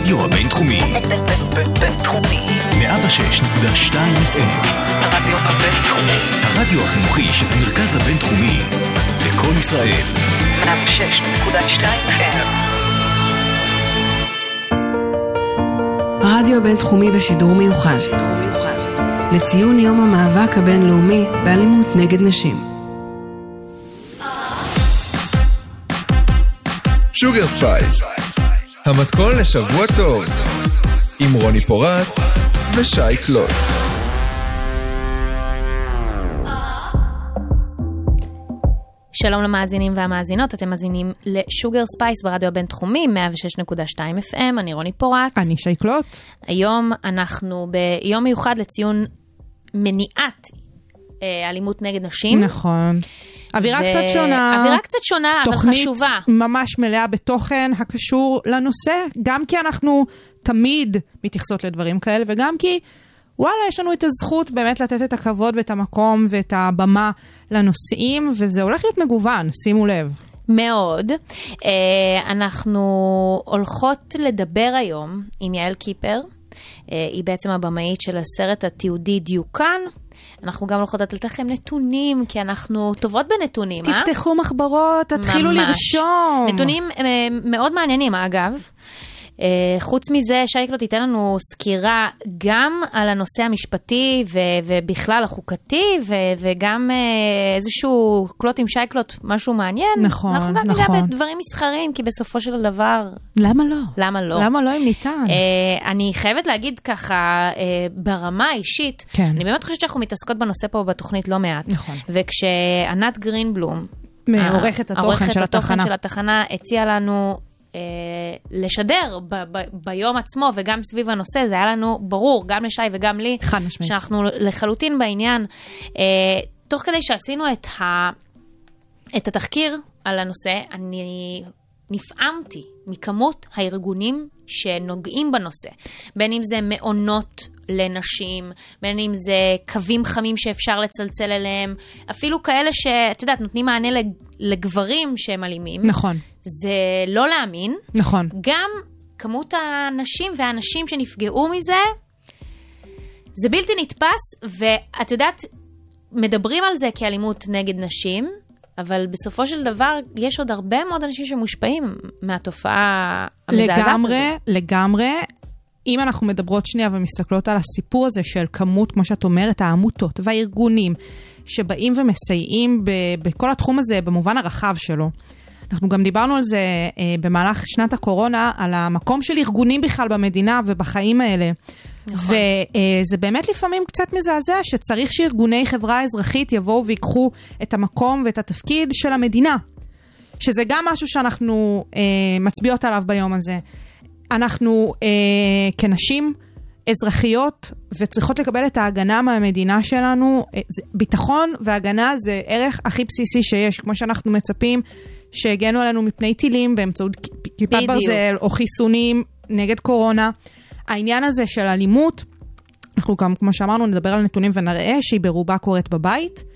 הרדיו הבינתחומי. בינתחומי. 106.2 FM. הרדיו הבינתחומי. הרדיו החינוכי של המרכז הבינתחומי. לכל ישראל. 106.2 FM. הרדיו הבינתחומי בשידור מיוחד. לציון יום המאבק הבינלאומי באלימות נגד נשים. שוגר ספייס, המתכון לשבוע טוב, עם רוני פורט ושי קלוט. שלום למאזינים והמאזינות, אתם מאזינים לשוגר ספייס ברדיו הבינתחומי 106.2 FM, אני רוני פורט. אני שי קלוט. היום אנחנו ביום מיוחד לציון מניעת אלימות נגד נשים. נכון. אווירה קצת שונה. אווירה קצת שונה, אבל חשובה. תוכנית ממש מלאה בתוכן הקשור לנושא, גם כי אנחנו תמיד מתייחסות לדברים כאלה, וגם כי, וואלה, יש לנו את הזכות באמת לתת את הכבוד ואת המקום ואת הבמה לנושאים, וזה הולך להיות מגוון, שימו לב. מאוד. אנחנו הולכות לדבר היום עם יעל קיפר, היא בעצם הבמאית של הסרט התיעודי דיוקן. אנחנו גם הולכות לתת לכם נתונים, כי אנחנו טובות בנתונים. תפתחו מחברות, תתחילו לרשום. נתונים מאוד מעניינים, אגב. חוץ מזה, שייקלוט תיתן לנו סקירה גם על הנושא המשפטי ובכלל החוקתי, וגם איזשהו קלוט עם שייקלוט, משהו מעניין. נכון, אנחנו גם ניגע בדברים מסחריים, כי בסופו של דבר... למה לא? למה לא? למה לא אם ניתן? אני חייבת להגיד ככה, ברמה האישית, כן. אני באמת חושבת שאנחנו מתעסקות בנושא פה בתוכנית לא מעט. נכון. וכשענת גרינבלום, עורכת התוכן של התחנה, הציעה לנו לשדר ביום עצמו וגם סביב הנושא, זה היה לנו ברור, גם לשי וגם לי, שאנחנו לחלוטין בעניין. תוך כדי שעשינו את התחקיר על הנושא, אני נפעמתי מכמות הארגונים שנוגעים בנושא. בין אם זה מעונות לנשים, בין אם זה קווים חמים שאפשר לצלצל אליהם, אפילו כאלה שאת יודעת, נותנים מענה לגברים שהם אלימים. נכון. זה לא להאמין. נכון. גם כמות האנשים והאנשים שנפגעו מזה, זה בלתי נתפס, ואת יודעת, מדברים על זה כאלימות נגד נשים, אבל בסופו של דבר יש עוד הרבה מאוד אנשים שמושפעים מהתופעה המזעזעת הזאת. לגמרי. אם אנחנו מדברות שנייה ומסתכלות על הסיפור הזה של כמות, כמו שאת אומרת, העמותות והארגונים שבאים ומסייעים בכל התחום הזה במובן הרחב שלו. אנחנו גם דיברנו על זה במהלך שנת הקורונה, על המקום של ארגונים בכלל במדינה ובחיים האלה. נכון. וזה באמת לפעמים קצת מזעזע שצריך שארגוני חברה אזרחית יבואו ויקחו את המקום ואת התפקיד של המדינה. שזה גם משהו שאנחנו מצביעות עליו ביום הזה. אנחנו כנשים אזרחיות וצריכות לקבל את ההגנה מהמדינה שלנו. ביטחון והגנה זה ערך הכי בסיסי שיש, כמו שאנחנו מצפים שהגנו עלינו מפני טילים באמצעות כיפת ברזל או חיסונים נגד קורונה. העניין הזה של אלימות, אנחנו גם, כמו שאמרנו, נדבר על נתונים ונראה שהיא ברובה קורית בבית.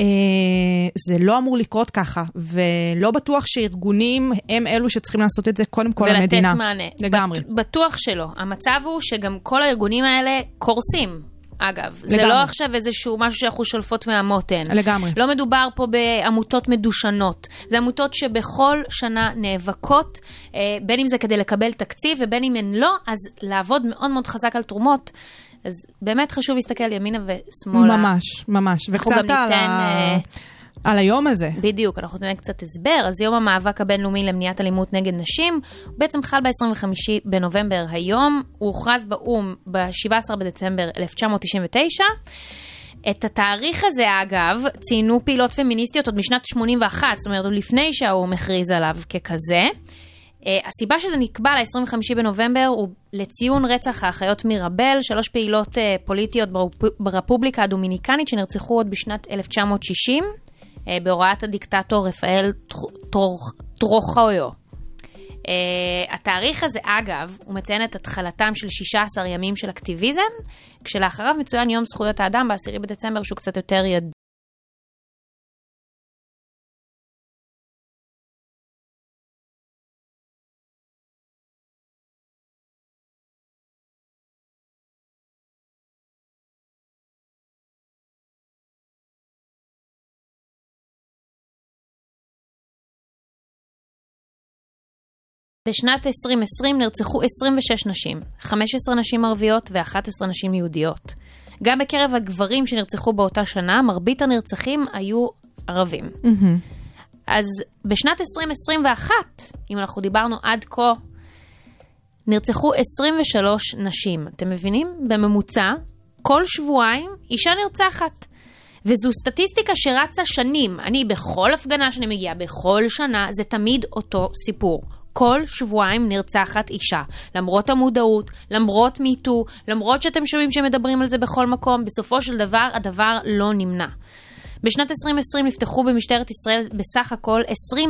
זה לא אמור לקרות ככה, ולא בטוח שארגונים הם אלו שצריכים לעשות את זה קודם כל למדינה. ולתת מענה. לגמרי. בטוח שלא. המצב הוא שגם כל הארגונים האלה קורסים. אגב, זה לא עכשיו איזשהו משהו שאנחנו שולפות מהמותן. לגמרי. לא מדובר פה בעמותות מדושנות. זה עמותות שבכל שנה נאבקות, בין אם זה כדי לקבל תקציב, ובין אם הן לא, אז לעבוד מאוד מאוד חזק על תרומות. אז באמת חשוב להסתכל ימינה ושמאלה. ממש, ממש. וקצת על היום הזה. בדיוק, אנחנו ניתן קצת הסבר. אז יום המאבק הבינלאומי למניעת אלימות נגד נשים, הוא בעצם חל ב-25 בנובמבר היום, הוא הוכרז באום ב-17 בדצמבר 1999. את התאריך הזה, אגב, ציינו פעילות פמיניסטיות עוד משנת 81, זאת אומרת, לפני שהאום מכריז עליו ככזה. הסיבה שזה נקבע ל-25 בנובמבר הוא לציון רצח האחיות מירבל, 3 פעילות פוליטיות ברפובליקה הדומיניקנית שנרצחו עוד בשנת 1960, בהוראת הדיקטטור רפאל טרוחאיו. התאריך הזה, אגב, הוא מציין את התחלתם של 16 ימים של אקטיביזם, כשלאחריו מצוין יום זכויות האדם ב-10 בדצמבר, שהוא קצת יותר ידוע. בשנת 2020 נרצחו 26 נשים, 15 נשים ערביות ו11 נשים יהודיות. גם בקרב הגברים שנרצחו באותה שנה, מרבית הנרצחים היו ערבים. אז בשנת 2021, אם אנחנו דיברנו עד כה, נרצחו 23 נשים. אתם מבינים? בממוצע, כל שבועיים אישה נרצחת. וזו סטטיסטיקה שרצה שנים. אני בכל הפגנה שאני מגיעה, בכל שנה, זה תמיד אותו סיפור. כל שבועיים נרצחת אישה. למרות המודעות, למרות מיטו, למרות שאתם שומעים שמדברים על זה בכל מקום, בסופו של דבר, הדבר לא נמנע. בשנת 2020 נפתחו במשטרת ישראל בסך הכל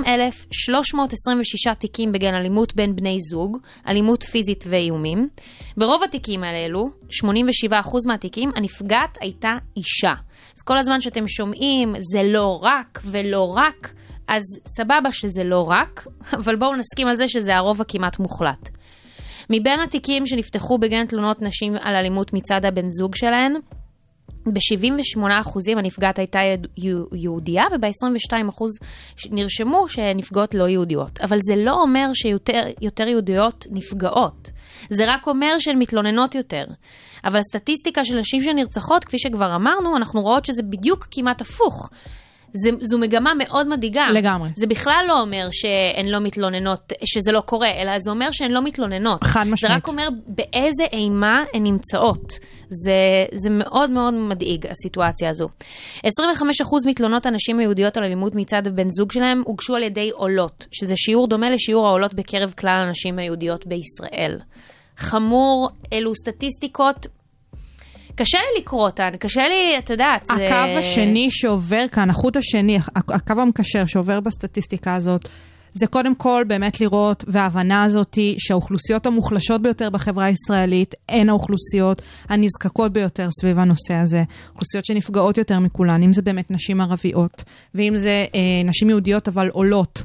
20,326 תיקים בגין אלימות בין בני זוג, אלימות פיזית ואיומים. ברוב התיקים האלו, 87% מהתיקים, הנפגעת הייתה אישה. אז כל הזמן שאתם שומעים, זה לא רק ולא רק, אז סבבה שזה לא רק, אבל בואו נסכים על זה שזה הרוב הכמעט מוחלט. מבין התיקים שנפתחו בגין תלונות נשים על אלימות מצד הבן זוג שלהן, ב-78% הנפגעת הייתה יהודייה, וב-22% נרשמו שנפגעות לא יהודיות. אבל זה לא אומר שיותר יהודיות נפגעות. זה רק אומר שהן מתלוננות יותר. אבל הסטטיסטיקה של נשים שנרצחות, כפי שכבר אמרנו, אנחנו רואות שזה בדיוק כמעט הפוך. זו מגמה מאוד מדאיגה. לגמרי. זה בכלל לא אומר שהן לא מתלוננות, שזה לא קורה, אלא זה אומר שהן לא מתלוננות. חד משמעית. זה רק אומר באיזה אימה הן נמצאות. זה מאוד מאוד מדאיג, הסיטואציה הזו. 25% מתלונות הנשים היהודיות על אלימות מצד בן זוג שלהם הוגשו על ידי עולות, שזה שיעור דומה לשיעור העולות בקרב כלל הנשים היהודיות בישראל. חמור, אלו סטטיסטיקות קשה לי לקרוא אותן, קשה לי, את יודעת, זה... הקו השני שעובר כאן, החוט השני, הקו המקשר שעובר בסטטיסטיקה הזאת, זה קודם כל באמת לראות, וההבנה הזאת היא שהאוכלוסיות המוחלשות ביותר בחברה הישראלית, הן האוכלוסיות הנזקקות ביותר סביב הנושא הזה. אוכלוסיות שנפגעות יותר מכולן, אם זה באמת נשים ערביות, ואם זה נשים יהודיות אבל עולות.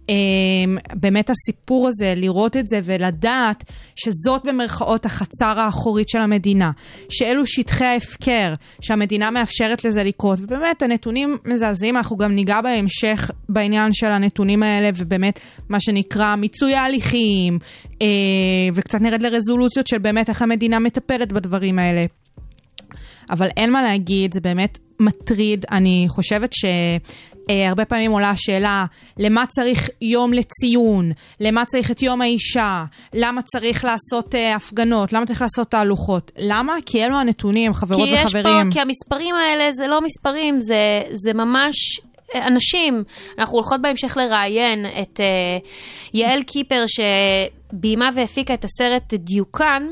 באמת הסיפור הזה, לראות את זה ולדעת שזאת במרכאות החצר האחורית של המדינה, שאלו שטחי ההפקר שהמדינה מאפשרת לזה לקרות, ובאמת הנתונים מזעזעים, אנחנו גם ניגע בהמשך בעניין של הנתונים האלה, ובאמת מה שנקרא מיצוי ההליכים, וקצת נרד לרזולוציות של באמת איך המדינה מטפלת בדברים האלה. אבל אין מה להגיד, זה באמת מטריד. אני חושבת הרבה פעמים עולה השאלה, למה צריך יום לציון? למה צריך את יום האישה? למה צריך לעשות הפגנות? למה צריך לעשות תהלוכות? למה? כי אלו הנתונים, חברות וחברים. כי המספרים האלה זה לא מספרים, זה ממש אנשים. אנחנו הולכות בהמשך לראיין את יעל קיפר, שביימה והפיקה את הסרט דיוקן,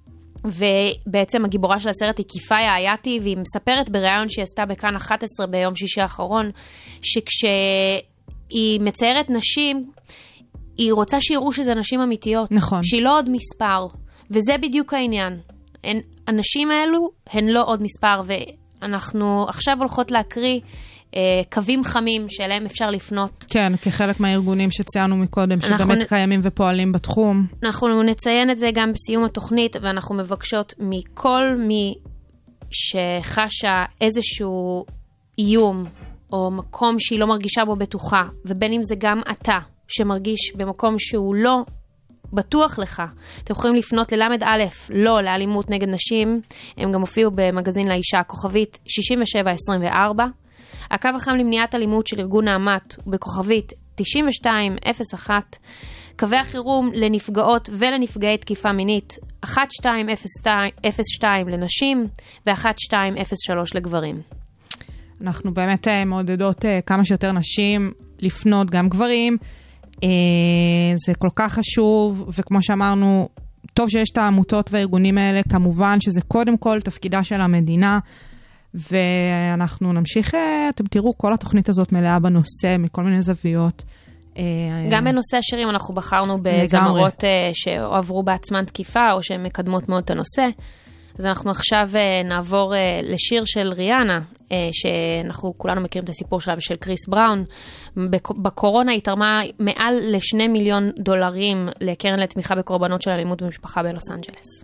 ובעצם הגיבורה של הסרט היא כיפאיה אייתי, והיא מספרת בראיון שהיא עשתה בכאן 11 ביום שישי האחרון, שכשהיא מציירת נשים, היא רוצה שיראו שזה נשים אמיתיות. נכון. שהיא לא עוד מספר. וזה בדיוק העניין. הנשים האלו הן לא עוד מספר, ואנחנו עכשיו הולכות להקריא קווים חמים שאליהם אפשר לפנות. כן, כחלק מהארגונים שציינו מקודם, שבאמת קיימים ופועלים בתחום. אנחנו נציין את זה גם בסיום התוכנית, ואנחנו מבקשות מכל מי שחשה איזשהו איום, או מקום שהיא לא מרגישה בו בטוחה, ובין אם זה גם אתה, שמרגיש במקום שהוא לא בטוח לך. אתם יכולים לפנות ללמד א', לא לאלימות נגד נשים, הם גם הופיעו במגזין לאישה, הכוכבית 6724, הקו החם למניעת אלימות של ארגון נעמת בכוכבית 9201, קווי החירום לנפגעות ולנפגעי תקיפה מינית 1202 לנשים ו1203 לגברים. אנחנו באמת מעודדות כמה שיותר נשים לפנות, גם גברים. זה כל כך חשוב, וכמו שאמרנו, טוב שיש את העמותות והארגונים האלה, כמובן שזה קודם כל תפקידה של המדינה, ואנחנו נמשיך, אתם תראו, כל התוכנית הזאת מלאה בנושא, מכל מיני זוויות. גם בנושא השירים אנחנו בחרנו בזמרות שעברו בעצמן תקיפה, או שהן מקדמות מאוד את הנושא. אז אנחנו עכשיו נעבור לשיר של ריאנה, שאנחנו כולנו מכירים את הסיפור שלה, ושל קריס בראון. בקורונה היא תרמה מעל $2 מיליון לקרן לתמיכה בקורבנות של אלימות במשפחה בלוס אנג'לס.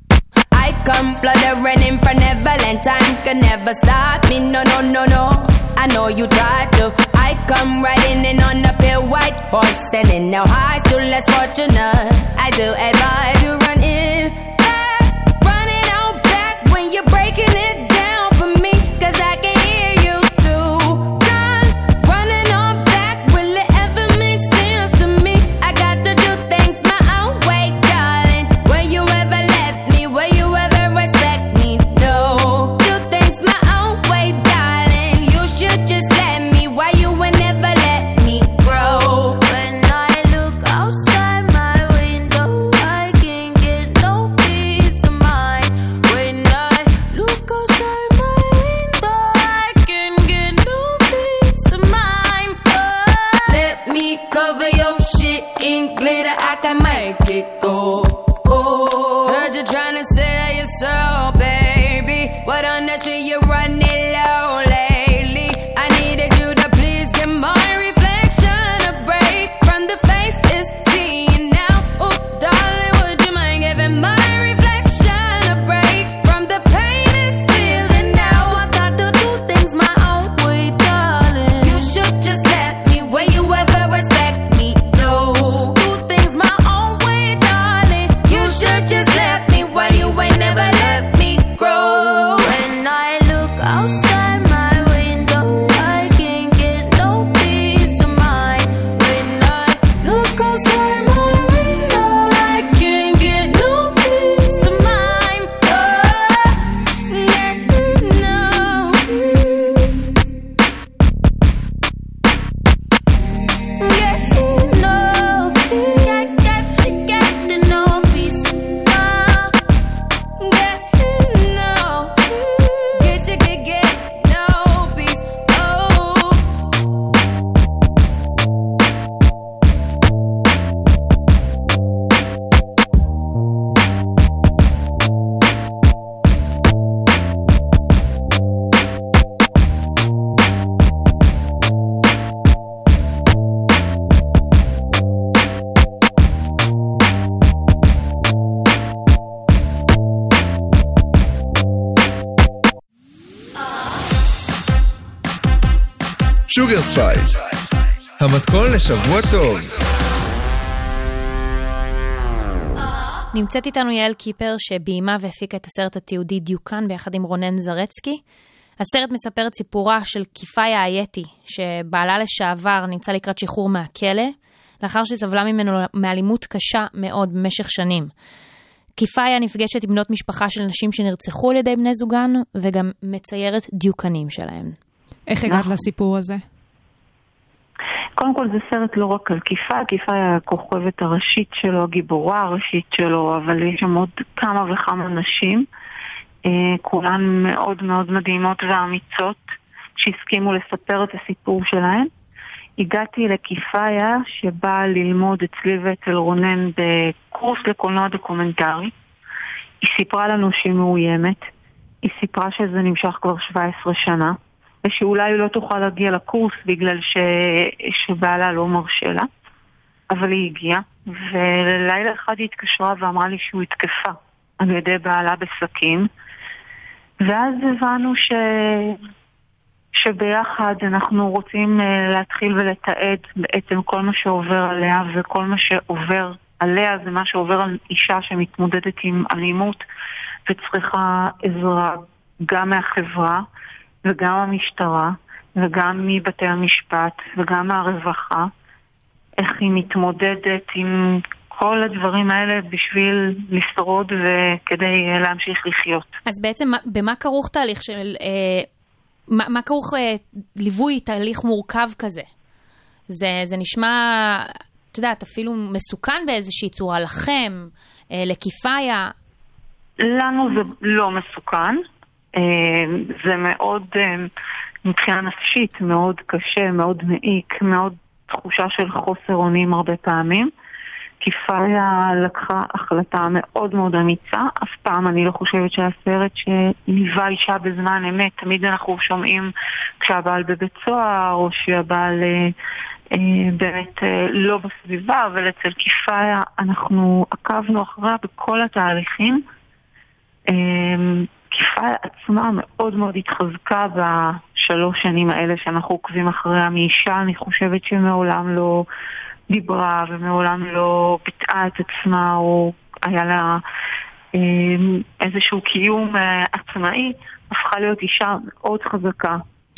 Come flooding in for Neverland, time can never stop me, no, no, no, no. I know you tried to. I come riding in on a pale white horse, selling now high to less fortunate. I do advise you run in back, run it on back when you're breaking it down for me, 'cause I can hear you 2 times. Running on back, will it ever make sense to me? I got to do things my own way, darling. Will you ever let me? Will you ever respect me? No. Do things my own way, darling. You should just let me. Why you will never let me grow? When I look outside my window, I can't get no peace of mind. When I look outside my window, I can't get no peace of mind. Let me cover your shit in glitter, I can make it go. Heard you trying to sell your soul, baby. What on that shit you running low lately? I needed you to please give my reflection a break from the face it's seeing now. Oh, darling, would you mind giving my reflection a break from the pain it's feeling now? I got to do things my own way, darling. You should just let me. Will you ever respect me? No. Do things my own way, darling. You should just let me. Why you ain't never let me grow? When I look outside my window, I can't get no peace of mind. When I look outside my window, I can't get no peace of mind. Yeah, no. Yeah, no. Got to no peace. Yeah, no. Guess you could get no peace. Oh. שוגר ספייס, המתכון לשבוע טוב. נמצאת איתנו יעל קיפר שביימה והפיקה את הסרט התיעודי דיוקן ביחד עם רונן זרצקי. הסרט מספר את סיפורה של קיפאיה אייתי, שבעלה לשעבר נמצא לקראת שחרור מהכלא, לאחר שסבלה ממנו מאלימות קשה מאוד במשך שנים. קיפאיה נפגשת עם בנות משפחה של נשים שנרצחו על ידי בני זוגן, וגם מציירת דיוקנים שלהם. איך הגעת לסיפור הזה? קודם כל זה סרט לא רק על קיפאיה, קיפאיה הכוכבת הראשית שלו, הגיבורה הראשית שלו, אבל יש שם עוד כמה וכמה נשים, כולן מאוד מאוד מדהימות ואמיצות, שהסכימו לספר את הסיפור שלהן. הגעתי לקיפאיה שבאה ללמוד אצלי ואצל רונן בקורס לקולנוע דוקומנטרי. היא סיפרה לנו שהיא מאוימת, היא סיפרה שזה נמשך כבר 17 שנה, ושאולי היא לא תוכל להגיע לקורס בגלל שבעלה לא מרשה לה, אבל היא הגיעה, ולילה אחד היא התקשרה ואמרה לי שהוא התקפה על ידי בעלה בסכין, ואז הבנו שביחד אנחנו רוצים להתחיל ולתעד בעצם כל מה שעובר עליה, וכל מה שעובר עליה זה מה שעובר על אישה שמתמודדת עם אלימות וצריכה עזרה גם מהחברה וגם המשטרה וגם מבתי המשפט וגם מהרווחה, איך היא מתמודדת עם כל הדברים האלה בשביל לשרוד וכדי להמשיך לחיות. אז בעצם במה כרוך תהליך של מה כרוך ליווי תהליך מורכב כזה? זה נשמע, את יודעת, אפילו מסוכן באיזושהי צורה לכם, לקיפאיה. לנו זה לא מסוכן. זה מאוד, מבחינה נפשית, מאוד קשה, מאוד מעיק, מאוד תחושה של חוסר אונים הרבה פעמים. קיפאיה לקחה החלטה מאוד מאוד אמיצה. אף פעם אני לא חושבת שהסרט שניבה אישה בזמן אמת. תמיד אנחנו שומעים כשהבעל בבית סוהר, או שהבעל באמת לא בסביבה, אבל אצל קיפאיה אנחנו עקבנו אחריה בכל התהליכים. קיפאיה עצמה מאוד מאוד התחזקה ב3 ב3 שנים האלה שאנחנו עוקבים אחריה מאישה, אני חושבת שמעולם לא דיברה ומעולם לא ביטאה את עצמה, או היה לה איזשהו קיום עצמאי, הפכה להיות אישה מאוד חזקה,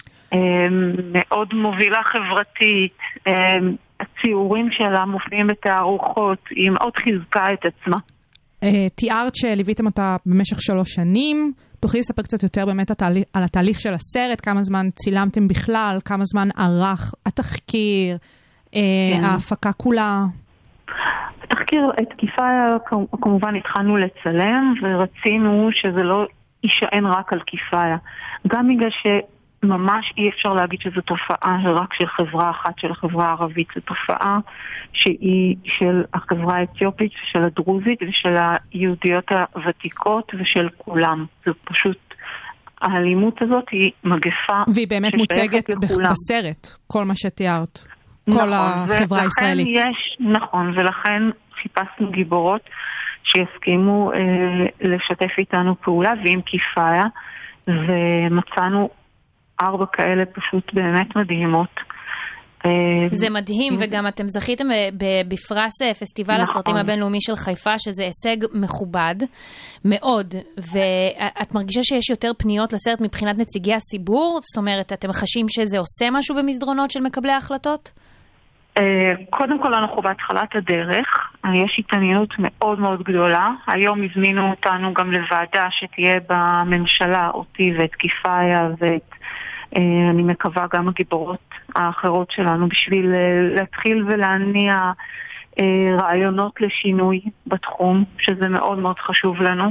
מאוד מובילה חברתית, הציורים שלה מופיעים בתערוכות, היא מאוד חיזקה את עצמה. תיארת שליוויתם אותה במשך 3 שנים, תוכלי לספר קצת יותר באמת על התהליך של הסרט, כמה זמן צילמתם בכלל, כמה זמן ערך התחקיר, ההפקה כולה? התחקיר, את תקיפה כמובן התחלנו לצלם, ורצינו שזה לא יישען רק על כיפאיה. גם בגלל שממש אי אפשר להגיד שזו תופעה רק של חברה אחת, של החברה הערבית. זו תופעה שהיא של החברה האתיופית, של הדרוזית ושל היהודיות הוותיקות ושל כולם. זו פשוט, האלימות הזאת היא מגפה. והיא באמת מוצגת בסרט, כל מה שתיארת. כל החברה הישראלית. נכון, ולכן חיפשנו גיבורות שיסכימו לשתף איתנו פעולה, ועם כיפאיה, ומצאנו 4 כאלה פשוט באמת מדהימות. זה מדהים, וגם אתם זכיתם בפרס פסטיבל הסרטים הבינלאומי של חיפה, שזה הישג מכובד מאוד, ואת מרגישה שיש יותר פניות לסרט מבחינת נציגי הציבור? זאת אומרת, אתם חשים שזה עושה משהו במסדרונות של מקבלי ההחלטות? קודם כל אנחנו בהתחלת הדרך, יש התעניינות מאוד מאוד גדולה. היום הזמינו אותנו גם לוועדה שתהיה בממשלה, אותי ואת כיפאיה ואת אני מקווה גם הגיבורות האחרות שלנו, בשביל להתחיל ולהניע רעיונות לשינוי בתחום, שזה מאוד מאוד חשוב לנו.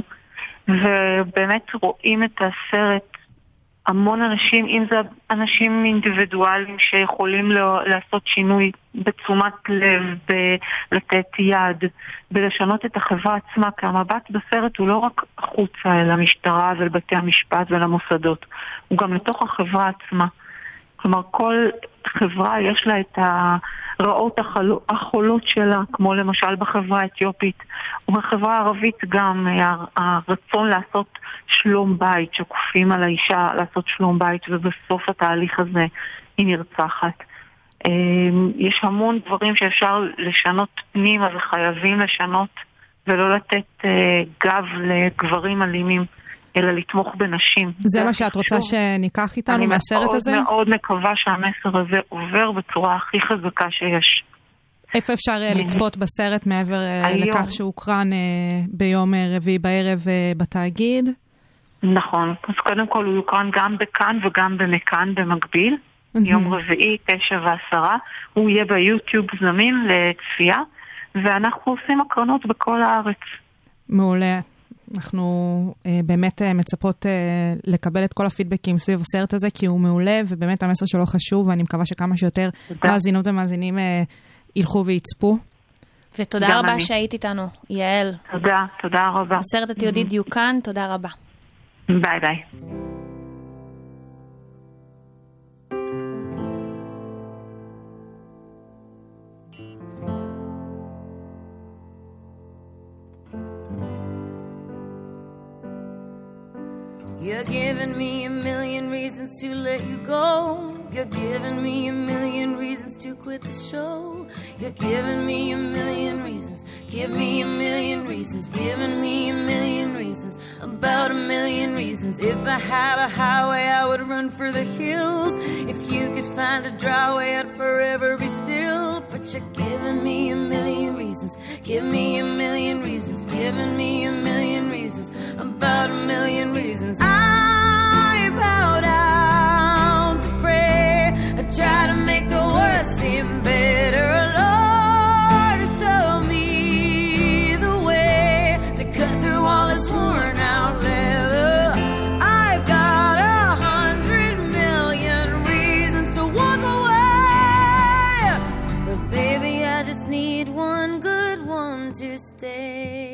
ובאמת רואים את הסרט המון אנשים, אם זה אנשים אינדיבידואליים שיכולים לעשות שינוי בתשומת לב, לתת יד, בלשנות את החברה עצמה, כי המבט בסרט הוא לא רק חוצה אל המשטרה ולבתי המשפט ולמוסדות, הוא גם לתוך החברה עצמה. כלומר, כל חברה יש לה את הרעות החולות שלה, כמו למשל בחברה האתיופית, ובחברה הערבית גם הרצון לעשות שלום בית, שכופים על האישה לעשות שלום בית, ובסוף התהליך הזה היא נרצחת. יש המון דברים שאפשר לשנות פנימה וחייבים לשנות, ולא לתת גב לגברים אלימים, אלא לתמוך בנשים. זה מה שאת רוצה שניקח איתנו מהסרט הזה? אני מאוד מקווה שהמסר הזה עובר בצורה הכי חזקה שיש. איפה אפשר לצפות בסרט מעבר לכך שהוקרן ביום רביעי בערב בתאגיד? נכון. אז קודם כל הוא יוקרן גם בכאן וגם במכאן במקביל. יום רביעי, 9:10. הוא יהיה ביוטיוב זמין לצפייה, ואנחנו עושים הקרנות בכל הארץ. מעולה. אנחנו באמת מצפות לקבל את כל הפידבקים סביב הסרט הזה, כי הוא מעולה, ובאמת המסר שלו חשוב, ואני מקווה שכמה שיותר מאזינות ומאזינים ילכו ויצפו. ותודה רבה שהיית איתנו, יעל. תודה רבה. הסרט התיעודי דיוקן, תודה רבה. ביי ביי. You're giving me a million reasons to let you go. You're giving me a million reasons to quit the show. You're giving me a million reasons. Give me a million reasons. Giving me a million reasons. About a million reasons. If I had a highway, I would run for the hills. If you could find a dry way, I'd forever be still. But you're giving me a million reasons. Give me a million reasons. Giving me a million reasons. About a million reasons. I bow down to pray. I try to make the worst seem better. Lord, show me the way to cut through all this worn out leather. I've got 100 million reasons to walk away, but baby, I just need one good one to stay.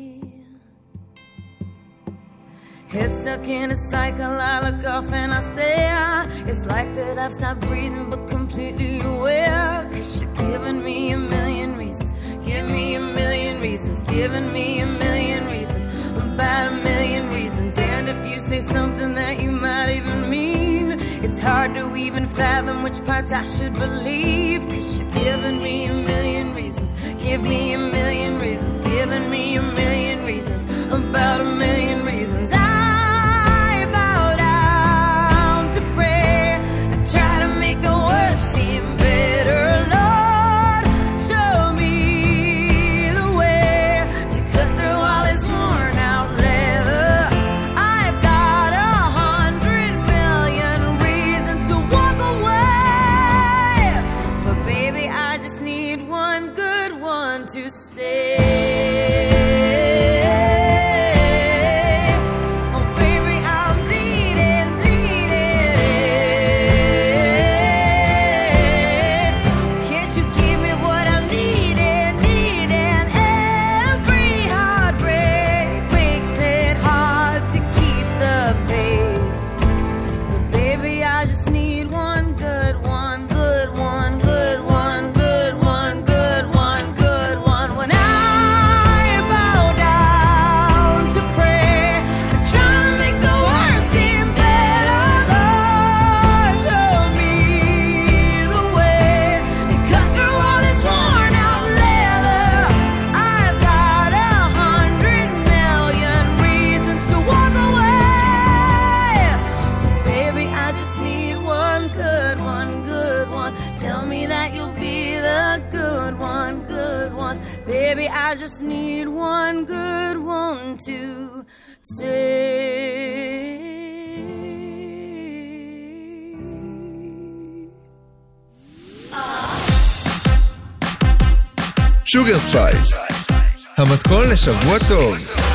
Head stuck in a cycle, I look off and I stare. It's like that I've stopped breathing but completely aware. 'Cause you're giving me a million reasons. Give me a million reasons. Giving me a million reasons. About a million reasons. And if you say something that you might even mean, it's hard to even fathom which parts I should believe, 'cause you're giving me a million reasons, give me a million reasons, giving me a million reasons, about a million reasons. I bow down to prayer and try to make the worst seem better. Lord, show me the way to cut through all this worn out leather. I've got 100 million reasons to walk away, but baby, I just need one good one to stay. Baby, I just need one good one to stay. שוגר ספייס, המתכון לשבוע טוב.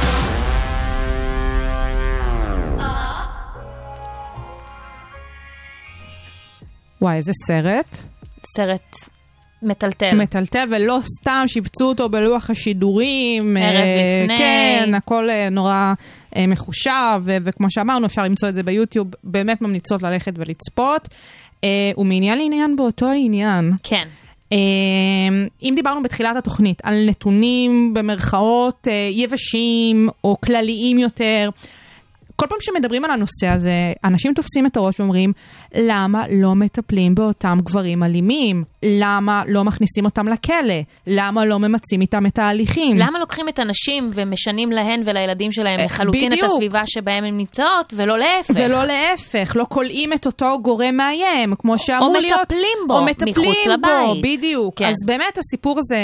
וואי, איזה סרט. סרט מטלטל. מטלטל, ולא סתם שיפצו אותו בלוח השידורים. ערב לפני. כן, הכל נורא מחושב, וכמו שאמרנו, אפשר למצוא את זה ביוטיוב, באמת ממליצות ללכת ולצפות. ומעניין לעניין באותו העניין. כן. אם דיברנו בתחילת התוכנית על נתונים במרכאות יבשים או כלליים יותר, כל פעם שמדברים על הנושא הזה, אנשים תופסים את הראש ואומרים, למה לא מטפלים באותם גברים אלימים? למה לא מכניסים אותם לכלא? למה לא ממצים איתם את ההליכים? למה לוקחים את הנשים ומשנים להן ולילדים שלהם לחלוטין את הסביבה שבהם הן נמצאות, ולא להפך? ולא להפך, לא קולעים את אותו גורם מאיים, כמו שאמור להיות. או מטפלים בו, מחוץ לבית. בדיוק. כן. אז באמת הסיפור הזה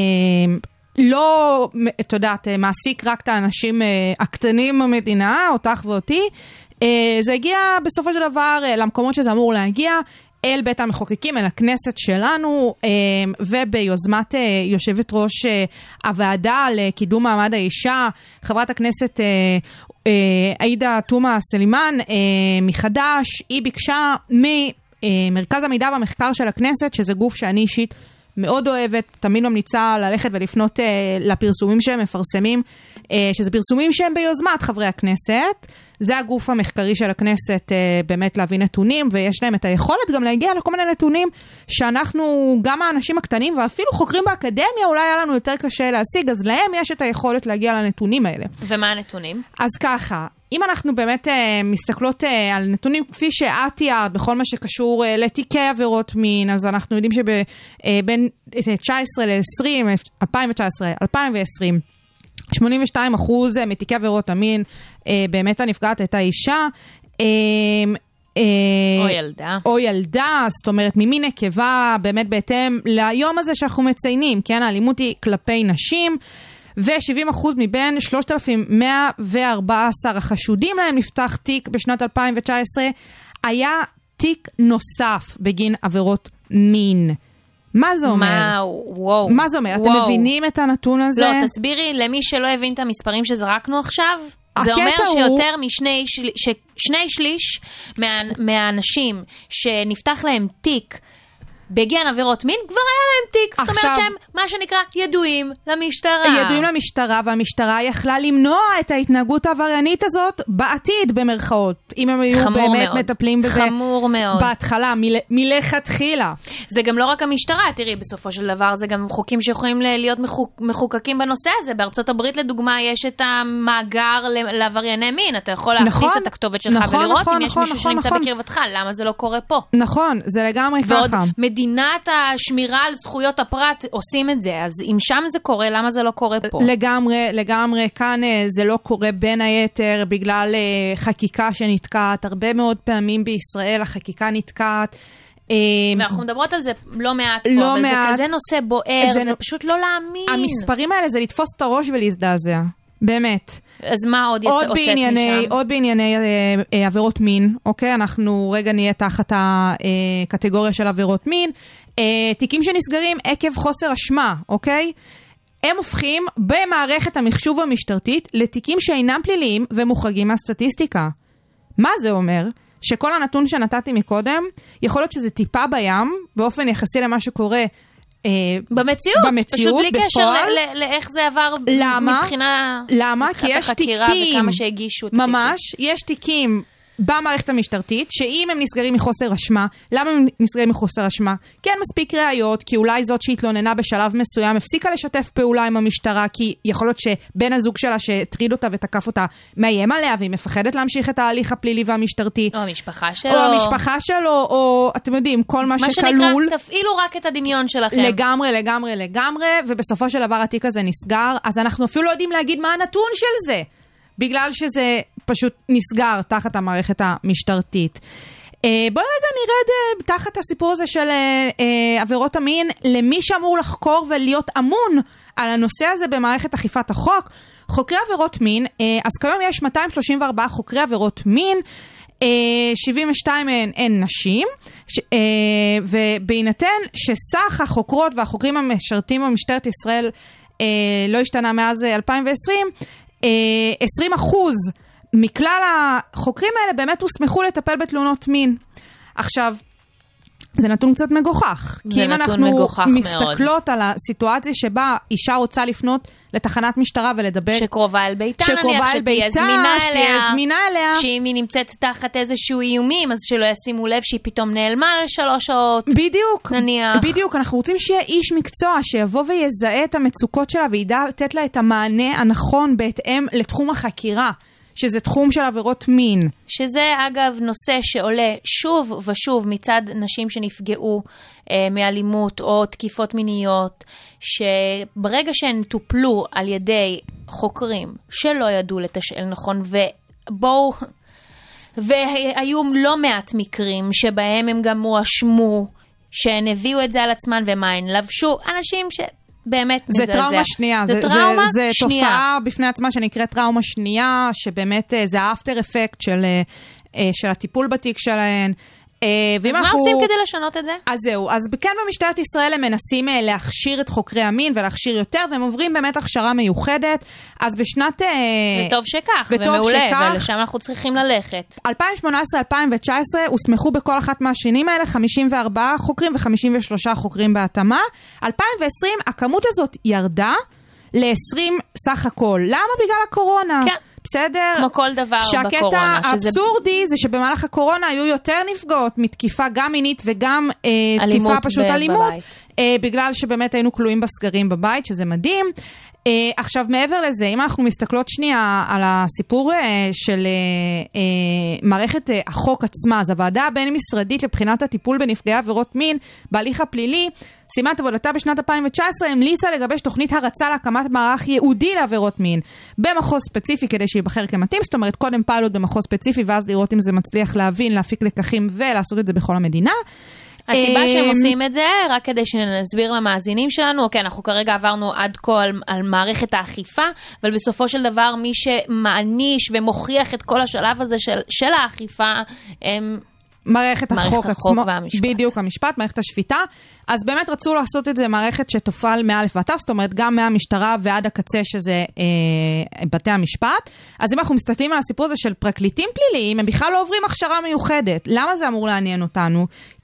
לא, את יודעת, מעסיק רק את האנשים הקטנים במדינה, אותך ואותי. זה הגיע בסופו של דבר למקומות שזה אמור להגיע, אל בית המחוקקים, אל הכנסת שלנו, וביוזמת יושבת ראש הוועדה לקידום מעמד האישה, חברת הכנסת עאידה תומא סלימאן מחדש, היא ביקשה ממרכז המידע והמחקר של הכנסת, שזה גוף שאני אישית מאוד אוהבת, תמיד ממליצה ללכת ולפנות לפרסומים שהם מפרסמים, שזה פרסומים שהם ביוזמת חברי הכנסת, זה הגוף המחקרי של הכנסת באמת להביא נתונים, ויש להם את היכולת גם להגיע לכל מיני נתונים שאנחנו, גם האנשים הקטנים ואפילו חוקרים באקדמיה, אולי היה לנו יותר קשה להשיג, אז להם יש את היכולת להגיע לנתונים האלה. ומה הנתונים? אז ככה, אם אנחנו באמת מסתכלות על נתונים כפי שאת תיארת, בכל מה שקשור לתיקי עבירות מין, אז אנחנו יודעים שבין 19 ל-20, 2019, 2020, 82% מתיקי עבירות המין, באמת הנפגעת הייתה אישה, או ילדה. או ילדה, זאת אומרת, ממין נקבה, באמת בהתאם ליום הזה שאנחנו מציינים, כן, האלימות היא כלפי נשים, ו-70% מבין 3,114 החשודים להם נפתח תיק בשנת 2019, היה תיק נוסף בגין עבירות מין. מה זה אומר? וואו. מה זה אומר? אתם מבינים את הנתון הזה? לא, תסבירי למי שלא הבין את המספרים שזרקנו עכשיו. זה אומר שיותר שני שליש מהאנשים שנפתח להם תיק בגין עבירות מין, כבר היה להם תיק. זאת אומרת שהם, מה שנקרא, ידועים למשטרה. ידועים למשטרה, והמשטרה יכלה למנוע את ההתנהגות העבריינית הזאת בעתיד, במרכאות. אם הם היו באמת מטפלים בזה. חמור מאוד. בהתחלה, מלכתחילה. זה גם לא רק המשטרה, תראי, בסופו של דבר, זה גם חוקים שיכולים להיות מחוקקים בנושא הזה. בארצות הברית, לדוגמה, יש את המאגר לעברייני מין. אתה יכול להכניס את הכתובת שלך ולראות אם יש מישהו שנמצא בקרבתך. למה זה לא קורה פה? נכון, זה לגמרי ככה. ועוד מדינת השמירה על זכויות הפרט עושים את זה, אז אם שם זה קורה, למה זה לא קורה פה? לגמרי, כאן זה לא קורה בין היתר בגלל חקיקה שנתקעת, הרבה מאוד פעמים בישראל החקיקה נתקעת. ואנחנו מדברות על זה לא מעט פה, אבל זה כזה נושא בוער, זה פשוט לא להאמין. המספרים האלה זה לתפוס את הראש ולהזדעזע, באמת. אז מה עוד הוצאת משם? עוד בענייני עבירות מין, אוקיי? אנחנו רגע נהיה תחת הקטגוריה של עבירות מין. תיקים שנסגרים עקב חוסר אשמה, אוקיי? הם הופכים במערכת המחשוב המשטרתית לתיקים שאינם פליליים ומוחרגים מהסטטיסטיקה. מה זה אומר? שכל הנתון שנתתי מקודם, יכול להיות שזה טיפה בים, באופן יחסי למה שקורה במציאות, פשוט בלי קשר לאיך זה עבר מבחינה החקירה וכמה שהגישו את התיקים. ממש, יש תיקים במערכת המשטרתית, שאם הם נסגרים מחוסר אשמה, למה הם נסגרים מחוסר אשמה? כי אין מספיק ראיות, כי אולי זאת שהתלוננה בשלב מסוים, הפסיקה לשתף פעולה עם המשטרה, כי יכול להיות שבן הזוג שלה שהטריד אותה ותקף אותה, מאיים עליה, והיא מפחדת להמשיך את ההליך הפלילי והמשטרתי. או המשפחה שלו. או אתם יודעים, כל מה שכלול. מה שנקרא, תפעילו רק את הדמיון שלכם. לגמרי, ובסופו של דבר התיק הזה נסגר, אז אנחנו אפילו לא יודעים להגיד מה הנתון של זה. בגלל שזה פשוט נסגר תחת המערכת המשטרתית. בואו רגע נרד תחת הסיפור הזה של עבירות המין, למי שאמור לחקור ולהיות אמון על הנושא הזה במערכת אכיפת החוק. חוקרי עבירות מין, אז כיום יש 234 חוקרי עבירות מין, 72 הן נשים, ובהינתן שסך החוקרות והחוקרים המשרתים במשטרת ישראל לא השתנה מאז 2020, 20% מכלל החוקרים האלה באמת הוסמכו לטפל בתלונות מין. עכשיו, זה נתון קצת מגוחך. כי אם אנחנו מסתכלות על הסיטואציה שבה אישה רוצה לפנות לתחנת משטרה ולדבר... שקרובה אל ביתה, נניח, שתהיה זמינה אליה, שאם היא נמצאת תחת איזשהו איומים, אז שלא ישימו לב שהיא פתאום נעלמה ל3 שעות. בדיוק, אנחנו רוצים שיהיה איש מקצוע שיבוא ויזהה את המצוקות שלה, וידע לתת לה את המענה הנכון בהתאם לתחום החקירה. שזה תחום של עבירות מין. שזה אגב נושא שעולה שוב ושוב מצד נשים שנפגעו מאלימות או תקיפות מיניות, שברגע שהן טופלו על ידי חוקרים שלא ידעו לתשאל נכון, והיו לא מעט מקרים שבהם הם גם מואשמו, שהן הביאו את זה על עצמן ומה הן לבשו, אנשים באמת מזעזע. זה טראומה שנייה. זה תופעה בפני עצמה שנקראת טראומה שנייה, שבאמת זה האפטר אפקט של הטיפול בתיק שלהן. אז מה עושים כדי לשנות את זה? אז זהו, אז כן במשטרת ישראל הם מנסים להכשיר את חוקרי המין ולהכשיר יותר, והם עוברים באמת הכשרה מיוחדת. אז בשנת... וטוב שכך, ומעולה, ולשם אנחנו צריכים ללכת. 2018-2019 הוסמכו בכל אחת מהשנים האלה 54 חוקרים ו53 חוקרים בהתאמה. 2020 הכמות הזאת ירדה ל-20 סך הכל. למה? בגלל הקורונה. כן. בסדר? כמו כל דבר בקורונה. שהקטע האבסורדי זה שבמהלך הקורונה היו יותר נפגעות מתקיפה גם מינית וגם תקיפה פשוט אלימות. בגלל שבאמת היינו כלואים בסגרים בבית, שזה מדהים. עכשיו מעבר לזה, אם אנחנו מסתכלות שנייה על הסיפור של מערכת החוק עצמה, אז הוועדה הבין-משרדית לבחינת הטיפול בנפגעי עבירות מין בהליך הפלילי, סיימה את עבודתה בשנת 2019, המליצה לגבש תוכנית הרצה להקמת מערך ייעודי לעבירות מין במחוז ספציפי כדי שיבחר כמתאים, זאת אומרת קודם פיילוט במחוז ספציפי ואז לראות אם זה מצליח להבין, להפיק לקחים ולעשות את זה בכל המדינה. הסיבה שהם עושים את זה, רק כדי שנסביר למאזינים שלנו, אוקיי, אנחנו כרגע עברנו עד כה על מערכת האכיפה, אבל בסופו של דבר מי שמעניש ומוכיח את כל השלב הזה של האכיפה, הם... מערכת החוק עצמו, והמשפט. בדיוק המשפט, מערכת השפיטה, אז באמת רצו לעשות את זה מערכת שתופעל מאלף ועד תו, זאת אומרת גם מהמשטרה ועד הקצה שזה בתי המשפט. אז אם אנחנו מסתכלים על הסיפור הזה של פרקליטים פליליים, הם בכלל לא עוברים הכשרה מיוחדת. למה זה אמור לעניין אותנו?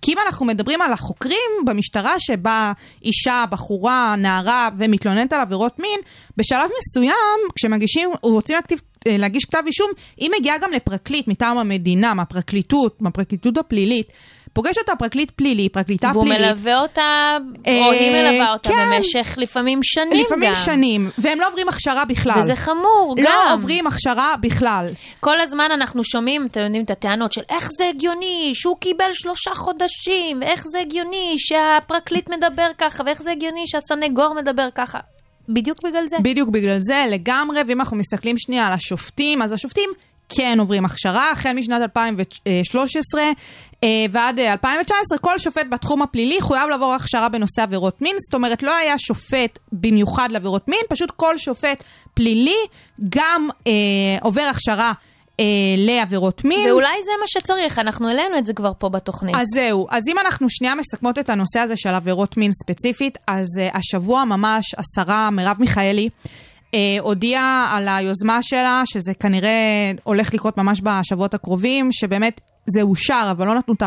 כי אם אנחנו מדברים על החוקרים במשטרה שבה אישה, בחורה, נערה ומתלוננת על עבירות מין, בשלב מסוים, כשמגישים, רוצים להגיש כתב אישום, היא מגיעה גם לפרקליט מטעם המדינה, מהפרקליטות הפלילית, פוגש אותה פרקליט פלילי, פרקליטה והוא פלילית. והוא מלווה אותה, או היא מלווה אותה כן. במשך לפעמים שנים לפעמים גם. שנים, והם לא עוברים הכשרה בכלל. וזה חמור גם. לא עוברים הכשרה בכלל. כל הזמן אנחנו שומעים, אתם יודעים, את הטענות של איך זה הגיוני שהוא קיבל 3 חודשים, ואיך זה הגיוני שהפרקליט מדבר ככה, ואיך זה הגיוני שהסנגור מדבר ככה. בדיוק בגלל זה. בדיוק בגלל זה, לגמרי, ואם אנחנו מסתכלים שנייה על השופטים, אז השופטים כן עוברים הכשרה, החל משנת 2013 ועד 2019, כל שופט בתחום הפלילי חויב לעבור הכשרה בנושא עבירות מין, זאת אומרת, לא היה שופט במיוחד לעבירות מין, פשוט כל שופט פלילי גם עובר הכשרה לעבירות מין. ואולי זה מה שצריך, אנחנו העלינו את זה כבר פה בתוכנית. אז זהו, אז אם אנחנו שנייה מסכמות את הנושא הזה של עבירות מין ספציפית, אז השבוע ממש השרה מרב מיכאלי הודיעה על היוזמה שלה, שזה כנראה הולך לקרות ממש בשבועות הקרובים, שבאמת זה אושר, אבל לא נתנו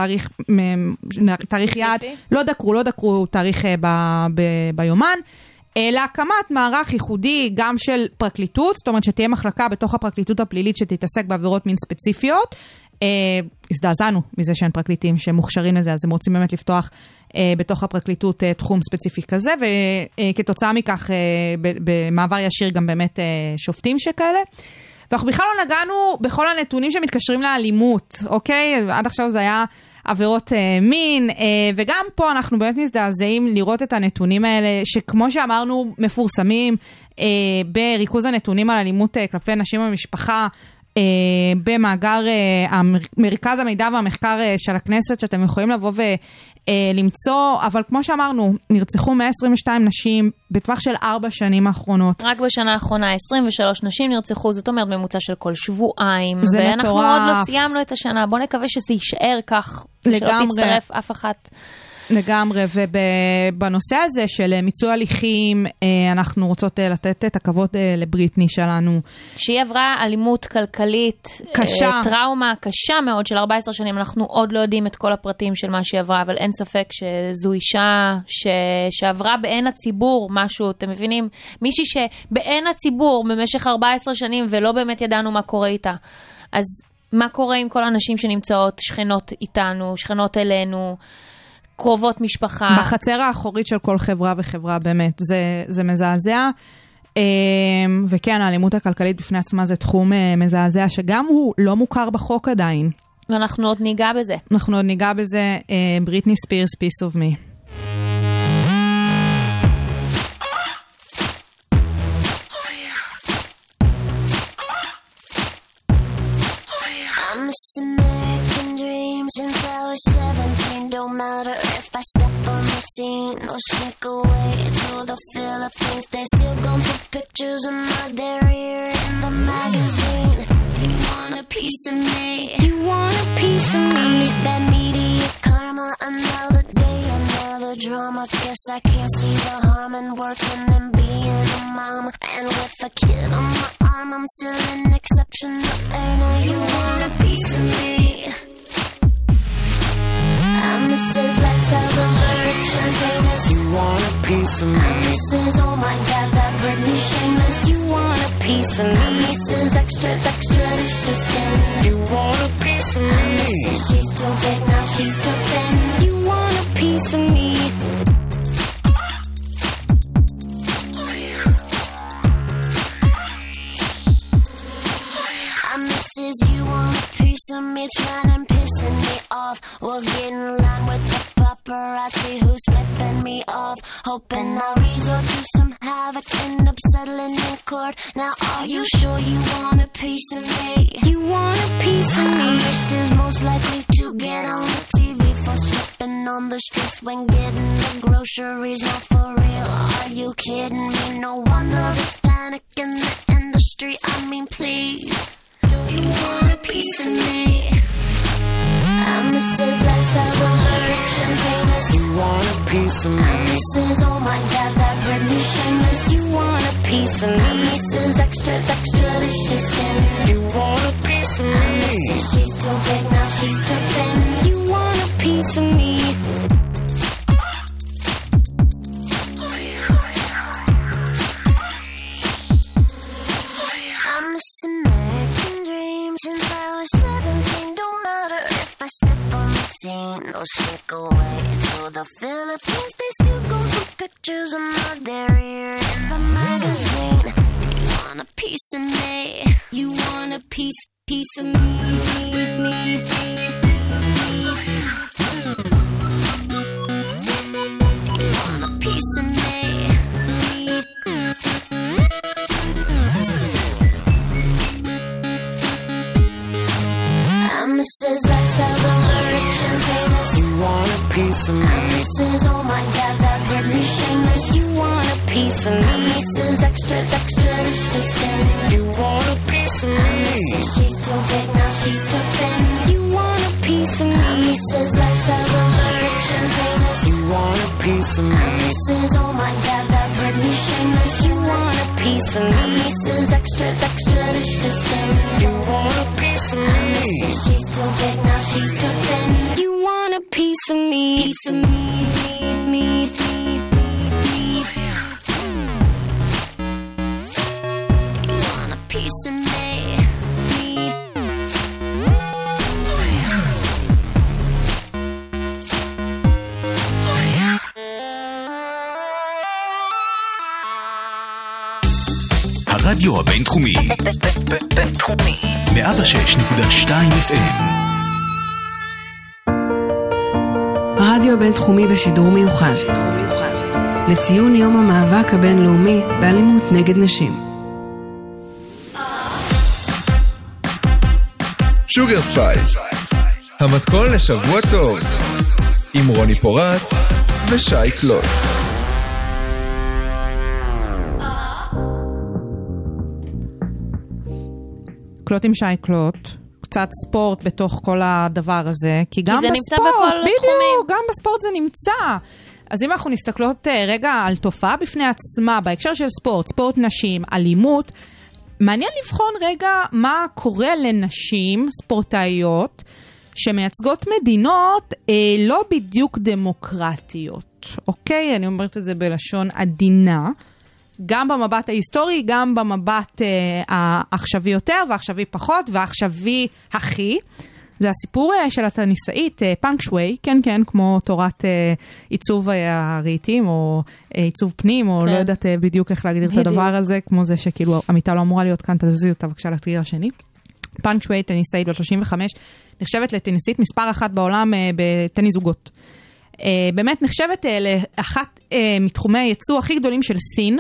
תאריך יעד, לא דקרו תאריך ביומן, להקמת מערך ייחודי גם של פרקליטות, זאת אומרת שתהיה מחלקה בתוך הפרקליטות הפלילית שתתעסק בעבירות מין ספציפיות. הזדעזענו מזה שאין פרקליטים שמוכשרים לזה, אז הם רוצים באמת לפתוח בתוך הפרקליטות תחום ספציפי כזה, וכתוצאה מכך במעבר ישיר גם באמת שופטים שכאלה. ואנחנו בכלל לא נגענו בכל הנתונים שמתקשרים לאלימות, אוקיי? עד עכשיו זה היה עבירות מין, וגם פה אנחנו באמת מזדעזעים לראות את הנתונים האלה, שכמו שאמרנו מפורסמים בריכוז הנתונים על אלימות כלפי נשים במשפחה, במאגר מרכז המידע והמחקר של הכנסת, שאתם יכולים לבוא ולמצוא, אבל כמו שאמרנו, נרצחו 122 נשים בטווח של 4 שנים האחרונות. רק בשנה האחרונה 23 נשים נרצחו, זאת אומרת ממוצע של כל שבועיים. זה מטורף. ואנחנו עוד לא סיימנו את השנה, בוא נקווה שזה יישאר כך, שלא תצטרף אף אחת. לגמרי, ובנושא הזה של מיצוי הליכים, אנחנו רוצות לתת את הכבוד לבריטני שלנו. שהיא עברה אלימות כלכלית, קשה. טראומה קשה מאוד של 14 שנים, אנחנו עוד לא יודעים את כל הפרטים של מה שהיא עברה, אבל אין ספק שזו אישה שעברה בעין הציבור משהו, אתם מבינים? מישהי שבעין הציבור במשך 14 שנים ולא באמת ידענו מה קורה איתה. אז מה קורה עם כל הנשים שנמצאות, שכנות איתנו, שכנות אלינו, קרובות משפחה. בחצר האחורית של כל חברה וחברה, באמת. זה מזעזע. וכן, האלימות הכלכלית בפני עצמה זה תחום מזעזע, שגם הוא לא מוכר בחוק עדיין. ואנחנו עוד ניגע בזה. אנחנו עוד ניגע בזה. בריטני ספירס, Piece of Me. Since I was 17, don't matter if I step on the scene or sneak away to the Philippines. They still gon' put pictures of my derriere in the magazine. You want a piece of me? You want a piece of me? This bad media karma, another day, another drama. Guess I can't see the harm in working and being a mom. And with a kid on my arm, I'm still an exceptional earner. You want a piece of me? I'm Mrs. Lifestyle of the rich and famous. You want a piece of me? I'm Mrs. Oh my God, that Britney Shameless. You want a piece of me? I'm Mrs. Extra, delicious skin. You want a piece of me? I'm Mrs. She's too big, now she's too thin. You want a piece of me? I'm Mrs. You want a piece of me? Trying and pissing me off. We'll get in line with the paparazzi who's flipping me off. Hoping I'll resort to some havoc, end up settling in court. Now are you sure you want a piece of me? You want a piece of me? This is most likely to get on the TV for slipping on the streets when getting the groceries. Not for real, are you kidding me? No wonder there's panic in the industry. I mean, please, do you want a piece of me? I'm Mrs. Lifestyle of the rich and famous. You want a piece of me? I'm Mrs. Oh my God, that Britney Shameless. You want a piece of me? I'm Mrs. Extra, delicious skin. You want a piece of me? I'm Mrs. She's too big, now she's too thin. You want a piece of me? magazine. They'll stick away to the Philippines. They still go for pictures of my derriere in the magazine. You want a piece of me? You want a piece of me? You want a piece of me? Mrs. Lifestyle, the rich and famous. You want a piece of me? Mrs. Oh my God, that Britney shameless. You want a piece of me? Mrs. Extra, extra, delicious thing. You want a piece of me? Mrs. She's too big, now she's too thin. You want a piece of me? Mrs. Lifestyle, the rich and famous. You want a piece of me? Mrs. Oh my God, that Britney shameless. You want a piece of me? Mrs. Extra, extra, delicious thing. You want a piece of me? She's too big, now she's too thin. You want a piece of me, piece of me, me. You want a piece of me. הרדיו הבינתחומי. בינתחומי. 106.2 FM. הרדיו הבינתחומי בשידור מיוחד. לציון יום המאבק הבינלאומי באלימות נגד נשים. שוגר ספייס, המתכון לשבוע טוב, עם רוני פורט ושי קלוט. קלוט עם שי קלוט, קצת ספורט בתוך כל הדבר הזה, כי גם זה בספורט, נמצא בכל בדיוק, תחומים. גם בספורט זה נמצא. אז אם אנחנו נסתכלות רגע על תופעה בפני עצמה, בהקשר של ספורט, ספורט נשים, אלימות, מעניין לבחון רגע מה קורה לנשים ספורטאיות שמייצגות מדינות לא בדיוק דמוקרטיות. אוקיי? אני אומרת את זה בלשון עדינה. גם במבט ההיסטורי, גם במבט העכשווי יותר והעכשווי פחות והעכשווי הכי. זה הסיפור של הטניסאית פאנג שווי, כן, כן, כמו תורת עיצוב הרהיטים או עיצוב פנים, או לא יודעת בדיוק איך להגדיר את הדבר הזה, כמו זה שכאילו המיטה לא אמורה להיות כאן, תזזי אותה בבקשה לתגיר השני. פאנג שווי, טניסאית ב-35, נחשבת לטניסאית מספר אחת בעולם בטניס זוגות. באמת נחשבת לאחת מתחומי הייצוא הכי גדולים של סין,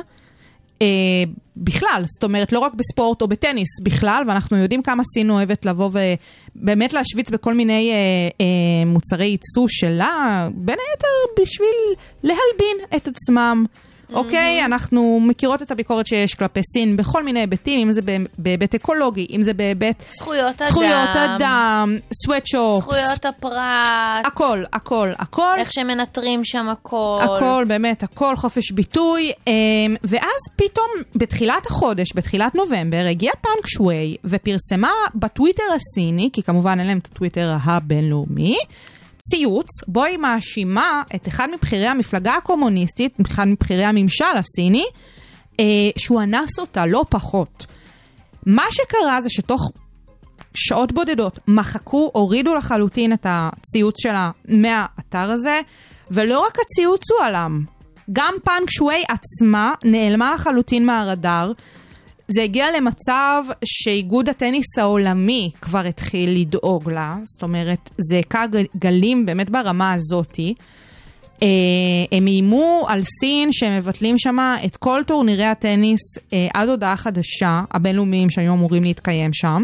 בכלל, זאת אומרת, לא רק בספורט או בטניס בכלל, ואנחנו יודעים כמה סין אוהבת לבוא ובאמת להשוויץ בכל מיני מוצרי ייצוא שלה, בין היתר בשביל להלבין את עצמם. אוקיי, אנחנו מכירות את הביקורת שיש כלפי סין בכל מיני היבטים, אם זה בהיבט אקולוגי, אם זה בהיבט זכויות אדם, סוואטשופ, זכויות הפרט, הכל. איך שמנטרים שם הכל, באמת, הכל חופש ביטוי. ואז פתאום בתחילת החודש, בתחילת נובמבר, הגיע פאנג שווי ופרסמה בטוויטר הסיני, כי כמובן אין להם את הטוויטר הבינלאומי, ציוץ, בו היא מאשימה את אחד מבחירי המפלגה הקומוניסטית, אחד מבחירי הממשל הסיני, שהוא אנס אותה, לא פחות. מה שקרה זה שתוך שעות בודדות מחקו, הורידו לחלוטין את הציוץ שלה מהאתר הזה, ולא רק הציוץ הוא עלם. גם פאנג שווי עצמה נעלמה לחלוטין מהרדאר, זה הגיע למצב שאיגוד הטניס העולמי כבר התחיל לדאוג לה, זאת אומרת, זה עקה גלים באמת ברמה הזאת. הם איימו על סין שהם מבטלים שם את כל טורנירי הטניס עד הודעה חדשה, הבינלאומיים שהיו אמורים להתקיים שם.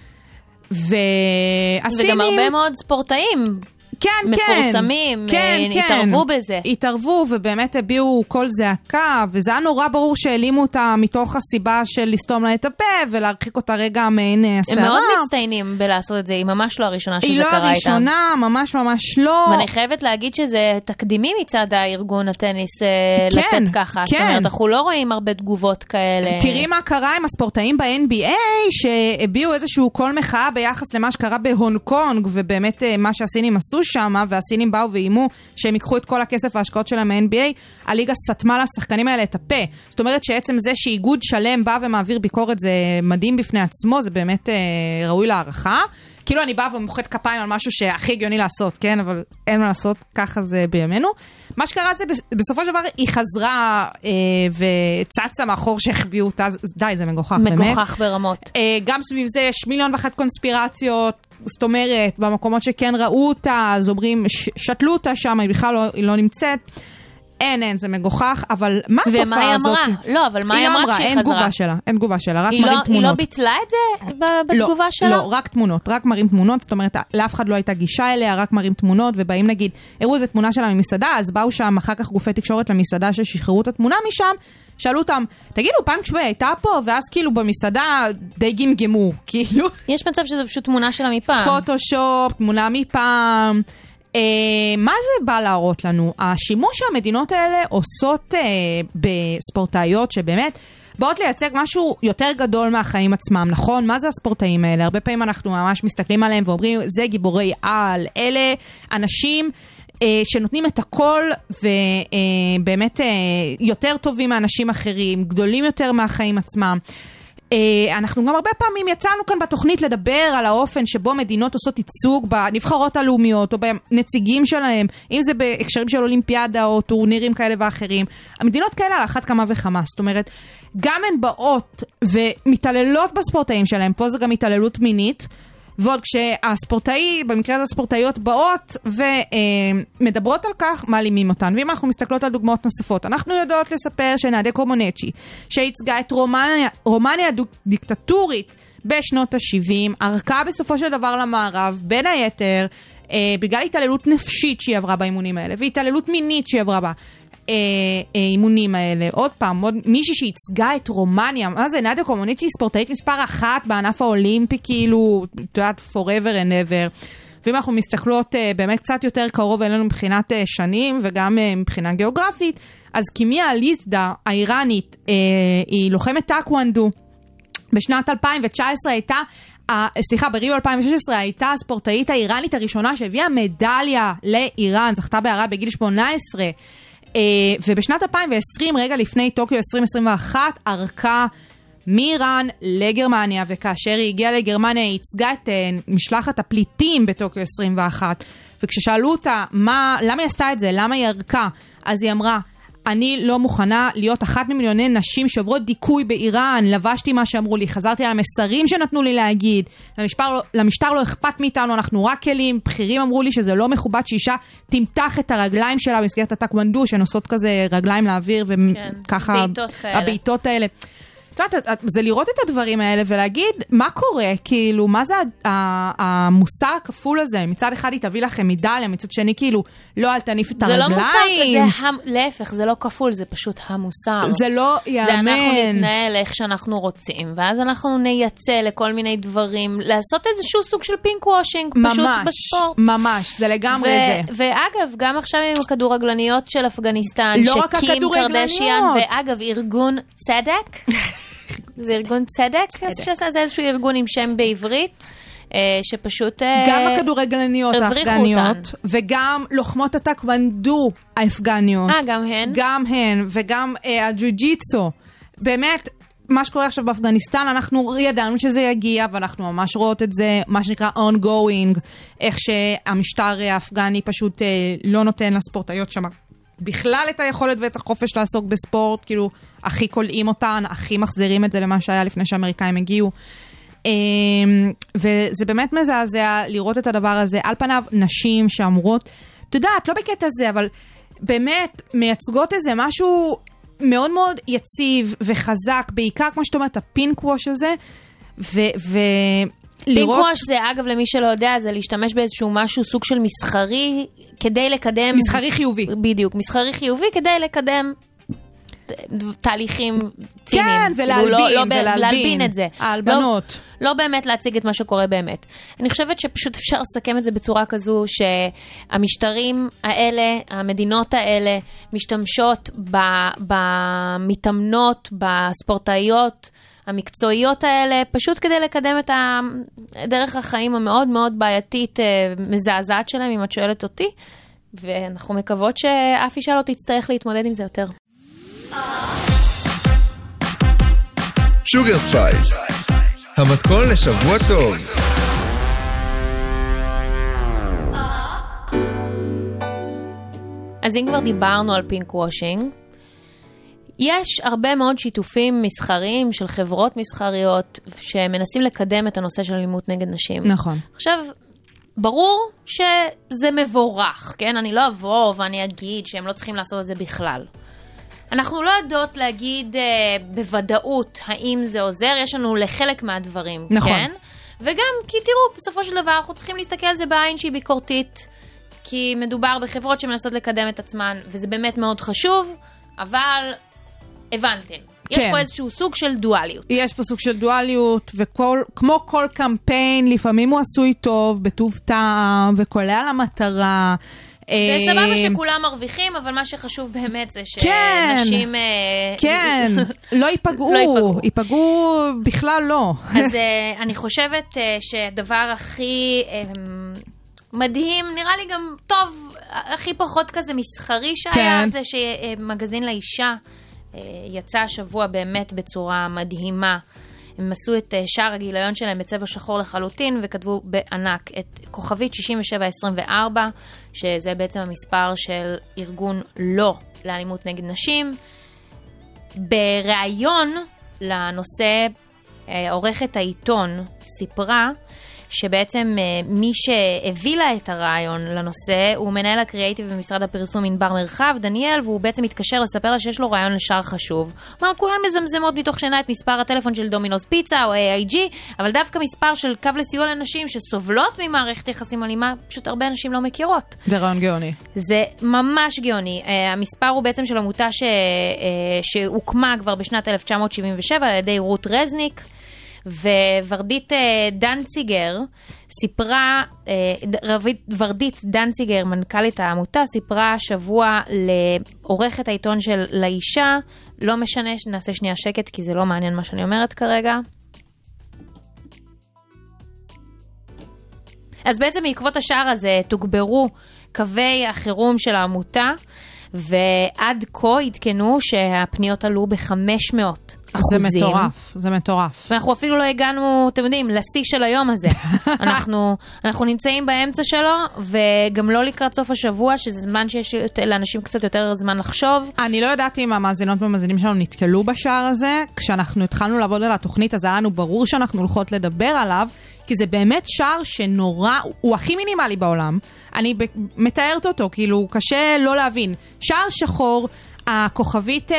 וגם הרבה מאוד ספורטאים. מפורסמים, התערבו בזה. התערבו ובאמת הביאו כל זעקה, וזה היה נורא ברור שהעלימו אותה מתוך הסיבה של לסתום לה את הפה ולהרחיק אותה רגע מעין הסערה. הם מאוד מצטיינים בלעשות את זה, היא ממש לא הראשונה שזה קרה איתם. היא לא הראשונה, ממש לא. ואני חייבת להגיד שזה תקדימי מצד הארגון הטניס לצאת ככה. זאת אומרת, אנחנו לא רואים הרבה תגובות כאלה. תראי מה קרה עם הספורטאים ב-NBA, שהביאו איזשהו קול מחאה ביחס למה שקרה בהונג קונג, ובאמת מה שהסינים עשו שם, והסינים באו ואימו שהם ייקחו את כל הכסף וההשקעות שלהם מ-NBA, הליגה סתמה לשחקנים האלה את הפה. זאת אומרת שעצם זה שאיגוד שלם בא ומעביר ביקורת זה מדהים בפני עצמו, זה באמת ראוי להערכה. כאילו אני באה ומוחאת כפיים על משהו שהכי הגיוני לעשות, כן? אבל אין מה לעשות, ככה זה בימינו. מה שקרה זה, בסופו של דבר היא חזרה וצצה מאחור שהחביאו אותה, די, זה מגוחך באמת. מגוחך ברמות. גם סביב זה יש 1,1,000,000 קונספירציות, זאת אומרת, במקומות שכן ראו אותה, אז אומרים, שתלו אותה שם, היא בכלל לא נמצאת. אין, זה מגוחך, אבל מה התופעה הזאת? ומה היא אמרה? לא, אבל מה היא אמרה כשהיא חזרה? אין תגובה שלה, רק מראים תמונות. היא לא ביטלה את זה בתגובה שלה? לא, רק תמונות, רק מראים תמונות, זאת אומרת, לאף אחד לא הייתה גישה אליה, רק מראים תמונות, ובאים נגיד, הראו איזה תמונה שלה ממסעדה, אז באו שם אחר כך גופי תקשורת למסעדה ששחררו את התמונה משם, שאלו אותם, תגידו, פעם כשהיא הייתה פה, ואז כאילו במסעדה די גמגמו, כאילו. יש מצב שזה פשוט תמונה שלה מפעם. פוטושופ, תמונה מפעם. מה זה בא להראות לנו? השימוש שהמדינות האלה עושות בספורטאיות שבאמת באות לייצג משהו יותר גדול מהחיים עצמם, נכון? מה זה הספורטאים האלה? הרבה פעמים אנחנו ממש מסתכלים עליהם ואומרים, זה גיבורי על, אלה אנשים שנותנים את הכל ובאמת יותר טובים מאנשים אחרים, גדולים יותר מהחיים עצמם. אנחנו גם הרבה פעמים יצאנו כאן בתוכנית לדבר על האופן שבו מדינות עושות ייצוג בנבחרות הלאומיות או בנציגים שלהם, אם זה בהקשרים של אולימפיאדה או טורנירים כאלה ואחרים. המדינות כאלה על אחת כמה וכמה, זאת אומרת, גם הן באות ומתעללות בספורטאים שלהם, פה זה גם התעללות מינית, ועוד כשהספורטאי, במקרה הזה הספורטאיות באות ומדברות על כך, מעלימים אותן. ואם אנחנו מסתכלות על דוגמאות נוספות, אנחנו יודעות לספר שנאדה קומונצ'י, שהצגה את רומניה דיקטטורית בשנות ה-70, ערכה בסופו של דבר למערב, בין היתר, בגלל התעללות נפשית שהיא עברה באימונים האלה, והתעללות מינית שהיא עברה בה. אימונים האלה. עוד פעם, מישהי שהצגה את רומניה, מה זה? נאדה קומונצ'י ספורטאית מספר 1 בענף האולימפי, כאילו, את יודעת, forever and ever. ואם אנחנו מסתכלות באמת קצת יותר קרוב אלינו מבחינת שנים, וגם מבחינה גיאוגרפית, אז קימיה ליזדה, האיראנית, היא לוחמת טאקוונדו. בשנת 2019 הייתה, בריו 2016 הייתה הספורטאית האיראנית הראשונה שהביאה מדליה לאיראן, זכתה בערד בגיל 18, ובשנת 2020, רגע לפני טוקיו 2021, ערכה מאיראן לגרמניה, וכאשר היא הגיעה לגרמניה, היא ייצגה את משלחת הפליטים בטוקיו 21, וכששאלו אותה, למה היא עשתה את זה? למה היא ערכה? אז היא אמרה, אני לא מוכנה להיות אחת ממיליוני נשים שעוברות דיכוי באיראן, לבשתי מה שאמרו לי, חזרתי על המסרים שנתנו לי להגיד, למשטר לא אכפת מאיתנו, אנחנו רק כלים, בכירים אמרו לי שזה לא מכובד שאישה תמתח את הרגליים שלה במסגרת הטקוונדו, שנוסעות כזה רגליים לאוויר, וככה, הבעיטות האלה. זה לראות את הדברים האלה ולהגיד מה קורה, כאילו, מה זה המוסר הכפול הזה? מצד אחד היא תביא לכם מדליה, מצד שני כאילו, לא, אל תניף את הרגליים. זה לא מוסר, להפך, זה לא כפול, זה פשוט המוסר. זה לא יאמן. זה אנחנו נתנהל איך שאנחנו רוצים, ואז אנחנו נייצא לכל מיני דברים, לעשות איזשהו סוג של פינק וושינג, פשוט בספורט. ממש, זה לגמרי זה. ואגב, גם עכשיו עם הכדורגלניות של אפגניסטן, שקים קרדשיאן, ואגב, ארגון צדק, זה ארגון צדק, זה איזשהו ארגון עם שם בעברית, שפשוט גם הכדורגלניות האפגניות, וגם לוחמות הטקוונדו האפגניות. גם הן, וגם הג'ו-ג'יטסו. באמת, מה שקורה עכשיו באפגניסטן, אנחנו ידענו שזה יגיע, ואנחנו ממש רואות את זה, מה שנקרא ongoing, איך שהמשטר האפגני פשוט לא נותן לספורטאיות שם בכלל את היכולת ואת החופש לעסוק בספורט, כאילו, הכי קולעים אותן, הכי מחזירים את זה למה שהיה לפני שהאמריקאים הגיעו. וזה באמת מזעזע לראות את הדבר הזה. על פניו, נשים שאמורות, אתה יודעת, לא בקטע הזה, אבל באמת מייצגות איזה משהו מאוד מאוד יציב וחזק, בעיקר כמו שאתה אומרת, הפינק ווש הזה, פינק ווש זה, אגב, למי שלא יודע, זה להשתמש באיזשהו משהו, סוג של מסחרי, כדי לקדם... מסחרי חיובי. בדיוק, מסחרי חיובי כדי לקדם תהליכים ציניים. כן, ולהלבין את זה. ההלבנות. לא באמת להציג את מה שקורה באמת. אני חושבת שפשוט אפשר לסכם את זה בצורה כזו, שהמשטרים האלה, המדינות האלה, משתמשות במתאמנות, בספורטאיות, המקצועיות האלה, פשוט כדי לקדם את דרך החיים המאוד מאוד בעייתית, מזעזעת שלהם, אם את שואלת אותי, ואנחנו מקוות שאף אישה לא תצטרך להתמודד עם זה יותר. שוגר ספייס, המתכון לשבוע טוב. אז אם כבר דיברנו על פינק וושינג, יש הרבה מאוד שיתופים מסחריים של חברות מסחריות שמנסים לקדם את הנושא של אלימות נגד נשים. נכון. עכשיו, ברור שזה מבורך, כן? אני לא אבוא ואני אגיד שהם לא צריכים לעשות את זה בכלל. אנחנו לא יודעות להגיד בוודאות האם זה עוזר, יש לנו לחלק מהדברים, נכון. כן? וגם כי תראו, בסופו של דבר אנחנו צריכים להסתכל על זה בעין שהיא ביקורתית, כי מדובר בחברות שמנסות לקדם את עצמן, וזה באמת מאוד חשוב, אבל הבנתם. יש פה איזשהו סוג של דואליות. יש פה סוג של דואליות, וכמו כל קמפיין, לפעמים הוא עשוי טוב, בטוב טעם, וקולע למטרה. זה סבבה שכולם מרוויחים, אבל מה שחשוב באמת זה שנשים... כן, לא ייפגעו. ייפגעו בכלל לא. אז אני חושבת שהדבר הכי מדהים, נראה לי גם טוב, הכי פחות כזה מסחרי שהיה, זה שמגזין לאישה יצא השבוע באמת בצורה מדהימה. הם עשו את שער הגיליון שלהם בצבע שחור לחלוטין, וכתבו בענק את כוכבית 6724, שזה בעצם המספר של ארגון לא לאלימות נגד נשים. בראיון לנושא, עורכת העיתון סיפרה, שבעצם מי שהביא לה את הרעיון לנושא הוא מנהל הקריאייטיב במשרד הפרסום ענבר מרחב, דניאל, והוא בעצם מתקשר לספר לה שיש לו רעיון לשער חשוב. הוא אומר, כולן מזמזמות מתוך שינה את מספר הטלפון של דומינוס פיצה או AIG, אבל דווקא מספר של קו לסיוע לנשים שסובלות ממערכת יחסים אלימה, פשוט הרבה אנשים לא מכירות. זה רעיון גאוני. זה ממש גאוני. המספר הוא בעצם של עמותה שהוקמה כבר בשנת 1977 על ידי רות רזניק, וורדית דנציגר סיפרה, וורדית דנציגר, מנכ"לית העמותה, סיפרה שבוע לעורכת העיתון של לאישה, לא משנה, נעשה שנייה שקט, כי זה לא מעניין מה שאני אומרת כרגע. אז בעצם בעקבות השער הזה תוגברו קווי החירום של העמותה, ועד כה התקנו שהפניות עלו ב-500%. זה מטורף, זה מטורף. ואנחנו אפילו לא הגענו, אתם יודעים, לשיא של היום הזה. אנחנו נמצאים באמצע שלו, וגם לא לקראת סוף השבוע, שזה זמן שיש לאנשים קצת יותר זמן לחשוב. אני לא ידעתי אם המאזינות והמאזינים שלנו נתקלו בשער הזה. כשאנחנו התחלנו לעבוד על התוכנית, אז היה לנו ברור שאנחנו הולכות לדבר עליו, כי זה באמת שער שנורא, הוא הכי מינימלי בעולם. אני מתארת אותו, כאילו קשה לא להבין. שער שחור, הכוכבית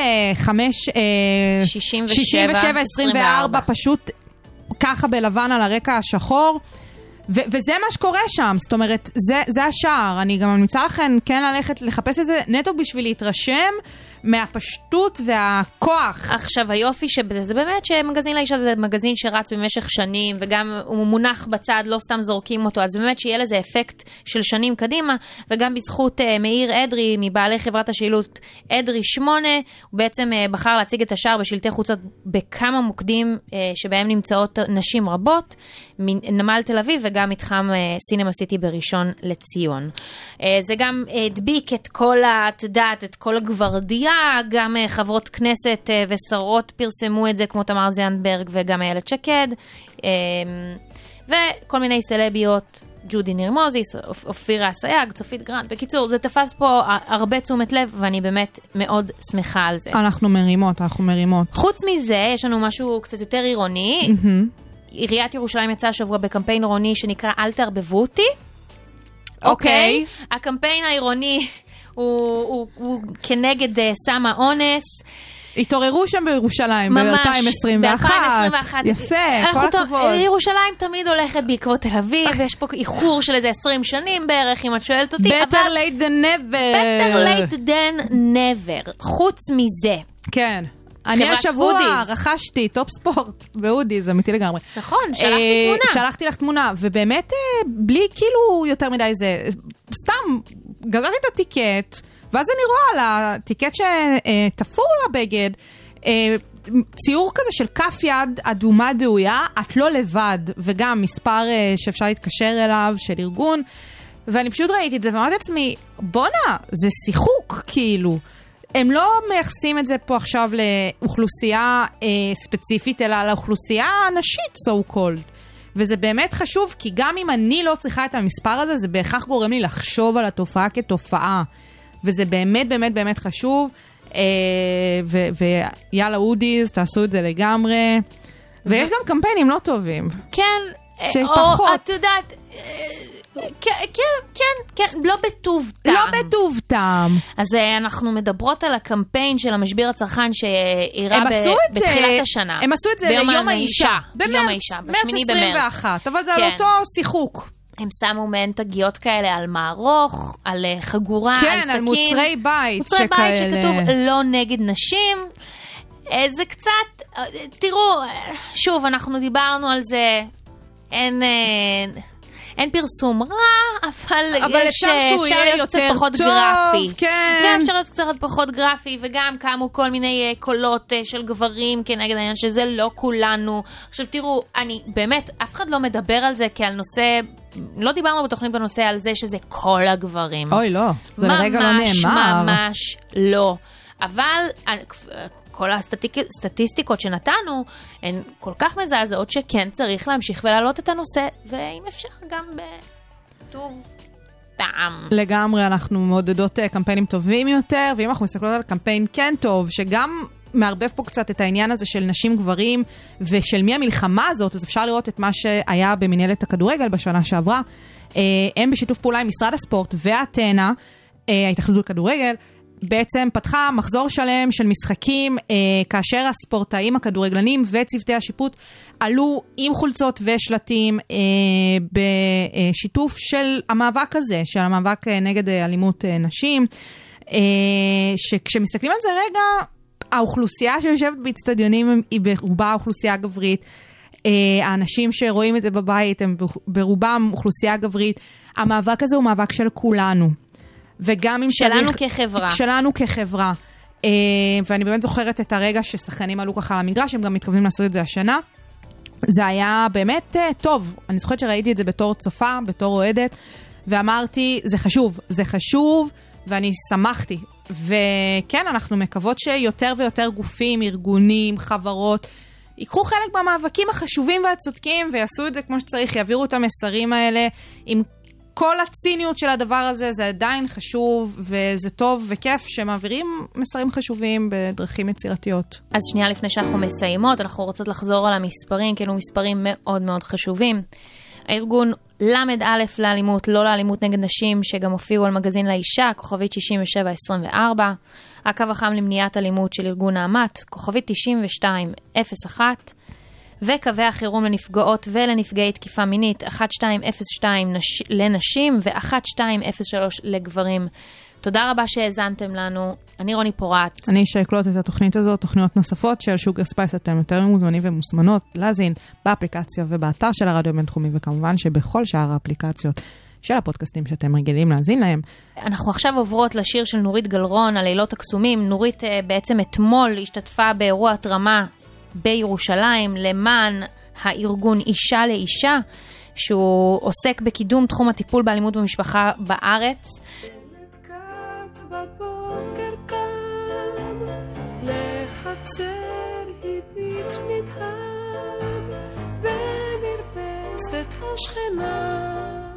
6724, פשוט ככה בלבן על הרקע השחור, וזה מה שקורה שם, זאת אומרת, זה השער. אני גם נמצא לכם כן ללכת לחפש את זה נטו בשביל להתרשם מהפשטות והכוח. עכשיו, היופי שבזה, זה באמת שמגזין לאישה זה מגזין שרץ במשך שנים, וגם הוא מונח בצד, לא סתם זורקים אותו, אז באמת שיהיה לזה אפקט של שנים קדימה, וגם בזכות מאיר אדרי, מבעלי חברת השילוט אדרי 8, הוא בעצם בחר להציג את השער בשלטי חוצות בכמה מוקדים שבהם נמצאות נשים רבות, מנמל תל אביב, וגם מתחם סינמה סיטי בראשון לציון. זה גם הדביק את כל התדעת, את כל הגוורדיה, גם חברות כנסת ושרות פרסמו את זה, כמו תמר זנדברג וגם איילת שקד, וכל מיני סלביות, ג'ודי נרמוזיס, אופירה אסייג, צופית גרנט. בקיצור, זה תפס פה הרבה תשומת לב, ואני באמת מאוד שמחה על זה. אנחנו מרימות. חוץ מזה, יש לנו משהו קצת יותר עירוני. עיריית ירושלים יצאה השבוע בקמפיין עירוני שנקרא אל תערבבו אותי. אוקיי. הקמפיין העירוני הוא כנגד סם האונס. התעוררו שם בירושלים ב-2021. יפה, כל הכבוד. ירושלים תמיד הולכת בעקבות תל אביב, ויש פה איחור של איזה 20 שנים בערך, אם את שואלת אותי. Better late than never. Better late than never. חוץ מזה. כן. אני השבוע רכשתי טופ ספורט באודי, זה אמיתי לגמרי. נכון, שלחתי תמונה. שלחתי לך תמונה, ובאמת בלי כאילו יותר מדי זה, סתם גזרתי את הטיקט, ואז אני רואה על הטיקט שתפור לבגד, ציור כזה של כף יד אדומה דהויה, את לא לבד, וגם מספר שאפשר להתקשר אליו, של ארגון, ואני פשוט ראיתי את זה, ואמרתי לעצמי, בונה, זה שיחוק כאילו. הם לא מייחסים את זה פה עכשיו לאוכלוסייה ספציפית, אלא לאוכלוסייה הנשית, so called. וזה באמת חשוב, כי גם אם אני לא צריכה את המספר הזה, זה בהכרח גורם לי לחשוב על התופעה כתופעה. וזה באמת באמת באמת חשוב, ויאללה אודיז, תעשו את זה לגמרי, ויש גם קמפיינים לא טובים. כן, שפחות. או את יודעת, כן, לא בטוב טעם. לא בטוב טעם. אז אנחנו מדברות על הקמפיין של המשביר הצרכן שאירע בתחילת השנה. הם עשו את זה ליום האישה. ביום האישה, ב8 במרץ. 21, אבל זה על אותו שיחוק. הם שמו מהן תגיות כאלה על מערוך, על חגורה, על סכין. כן, על מוצרי בית. מוצרי בית שכתוב לא נגד נשים. זה קצת, תראו, שוב, אנחנו דיברנו על זה, אין פרסום רע, אבל אפשר להיות קצת פחות גרפי. גם אפשר להיות קצת פחות גרפי, וגם קמו כל מיני קולות של גברים כנגד העניין, שזה לא כולנו. עכשיו תראו, אני באמת, אף אחד לא מדבר על זה כעל נושא, לא דיברנו בתוכנית בנושא על זה שזה כל הגברים. אוי, לא. זה לרגע לא נאמר. ממש לא. אבל כל הסטטיסטיקות שנתנו הן כל כך מזעזעות שכן צריך להמשיך ולהעלות את הנושא, ואם אפשר גם בטוב טעם. לגמרי, אנחנו מעודדות קמפיינים טובים יותר, ואם אנחנו מסתכלות על קמפיין כן טוב, שגם מערבב פה קצת את העניין הזה של נשים גברים, ושל מי המלחמה הזאת, אז אפשר לראות את מה שהיה במנהלת הכדורגל בשנה שעברה. הם בשיתוף פעולה עם משרד הספורט והאתנה, ההתאחדות לכדורגל, בעצם פתחה מחזור שלם של משחקים, כאשר הספורטאים הכדורגלנים וצוותי השיפוט עלו עם חולצות ושלטים בשיתוף של המאבק הזה, של המאבק נגד אלימות נשים, שכשמסתכלים על זה רגע, האוכלוסייה שיושבת באצטדיונים היא ברובה אוכלוסייה גברית, האנשים שרואים את זה בבית הם ברובם אוכלוסייה גברית, המאבק הזה הוא מאבק של כולנו. וגם אם שלנו כחברה. שלנו כחברה. ואני באמת זוכרת את הרגע ששחקנים עלו ככה למגרש, הם גם מתכוונים לעשות את זה השנה. זה היה באמת טוב. אני זוכרת שראיתי את זה בתור צופה, בתור אוהדת, ואמרתי, זה חשוב, ואני שמחתי. וכן, אנחנו מקוות שיותר ויותר גופים, ארגונים, חברות, ייקחו חלק במאבקים החשובים והצודקים, ויעשו את זה כמו שצריך, יעבירו את המסרים האלה עם כל הציניות של הדבר הזה. זה עדיין חשוב, וזה טוב וכיף שמעבירים מסרים חשובים בדרכים יצירתיות. אז שנייה לפני שאנחנו מסיימות, אנחנו רוצות לחזור על המספרים, כאילו מספרים מאוד מאוד חשובים. הארגון למד א' לאלימות, לא לאלימות נגד נשים, שגם הופיעו על מגזין לאישה, כוכבית 6724, הקו החם למניעת אלימות של ארגון נעמת, כוכבית 9201, וקווי החירום לנפגעות ולנפגעי תקיפה מינית 1202 לנשים ו-1203 לגברים. תודה רבה שהאזנתם לנו. אני רוני פורט. אני שאקלוט את התוכנית הזאת, תוכניות נוספות של שוגר ספייס, אתם יותר מוזמנים ומוזמנות להזין באפליקציה ובאתר של הרדיו הבינתחומי, וכמובן שבכל שאר האפליקציות של הפודקאסטים שאתם רגילים להזין להם. אנחנו עכשיו עוברות לשיר של נורית גלרון, הלילות הקסומים. נורית בעצם אתמול השתתפה באירוע התרמה בירושלים למען הארגון אישה לאישה, שהוא עוסק בקידום תחום הטיפול באלימות במשפחה בארץ. בבוקר קם, לחצר הביט נדהם, במרפסת השכנה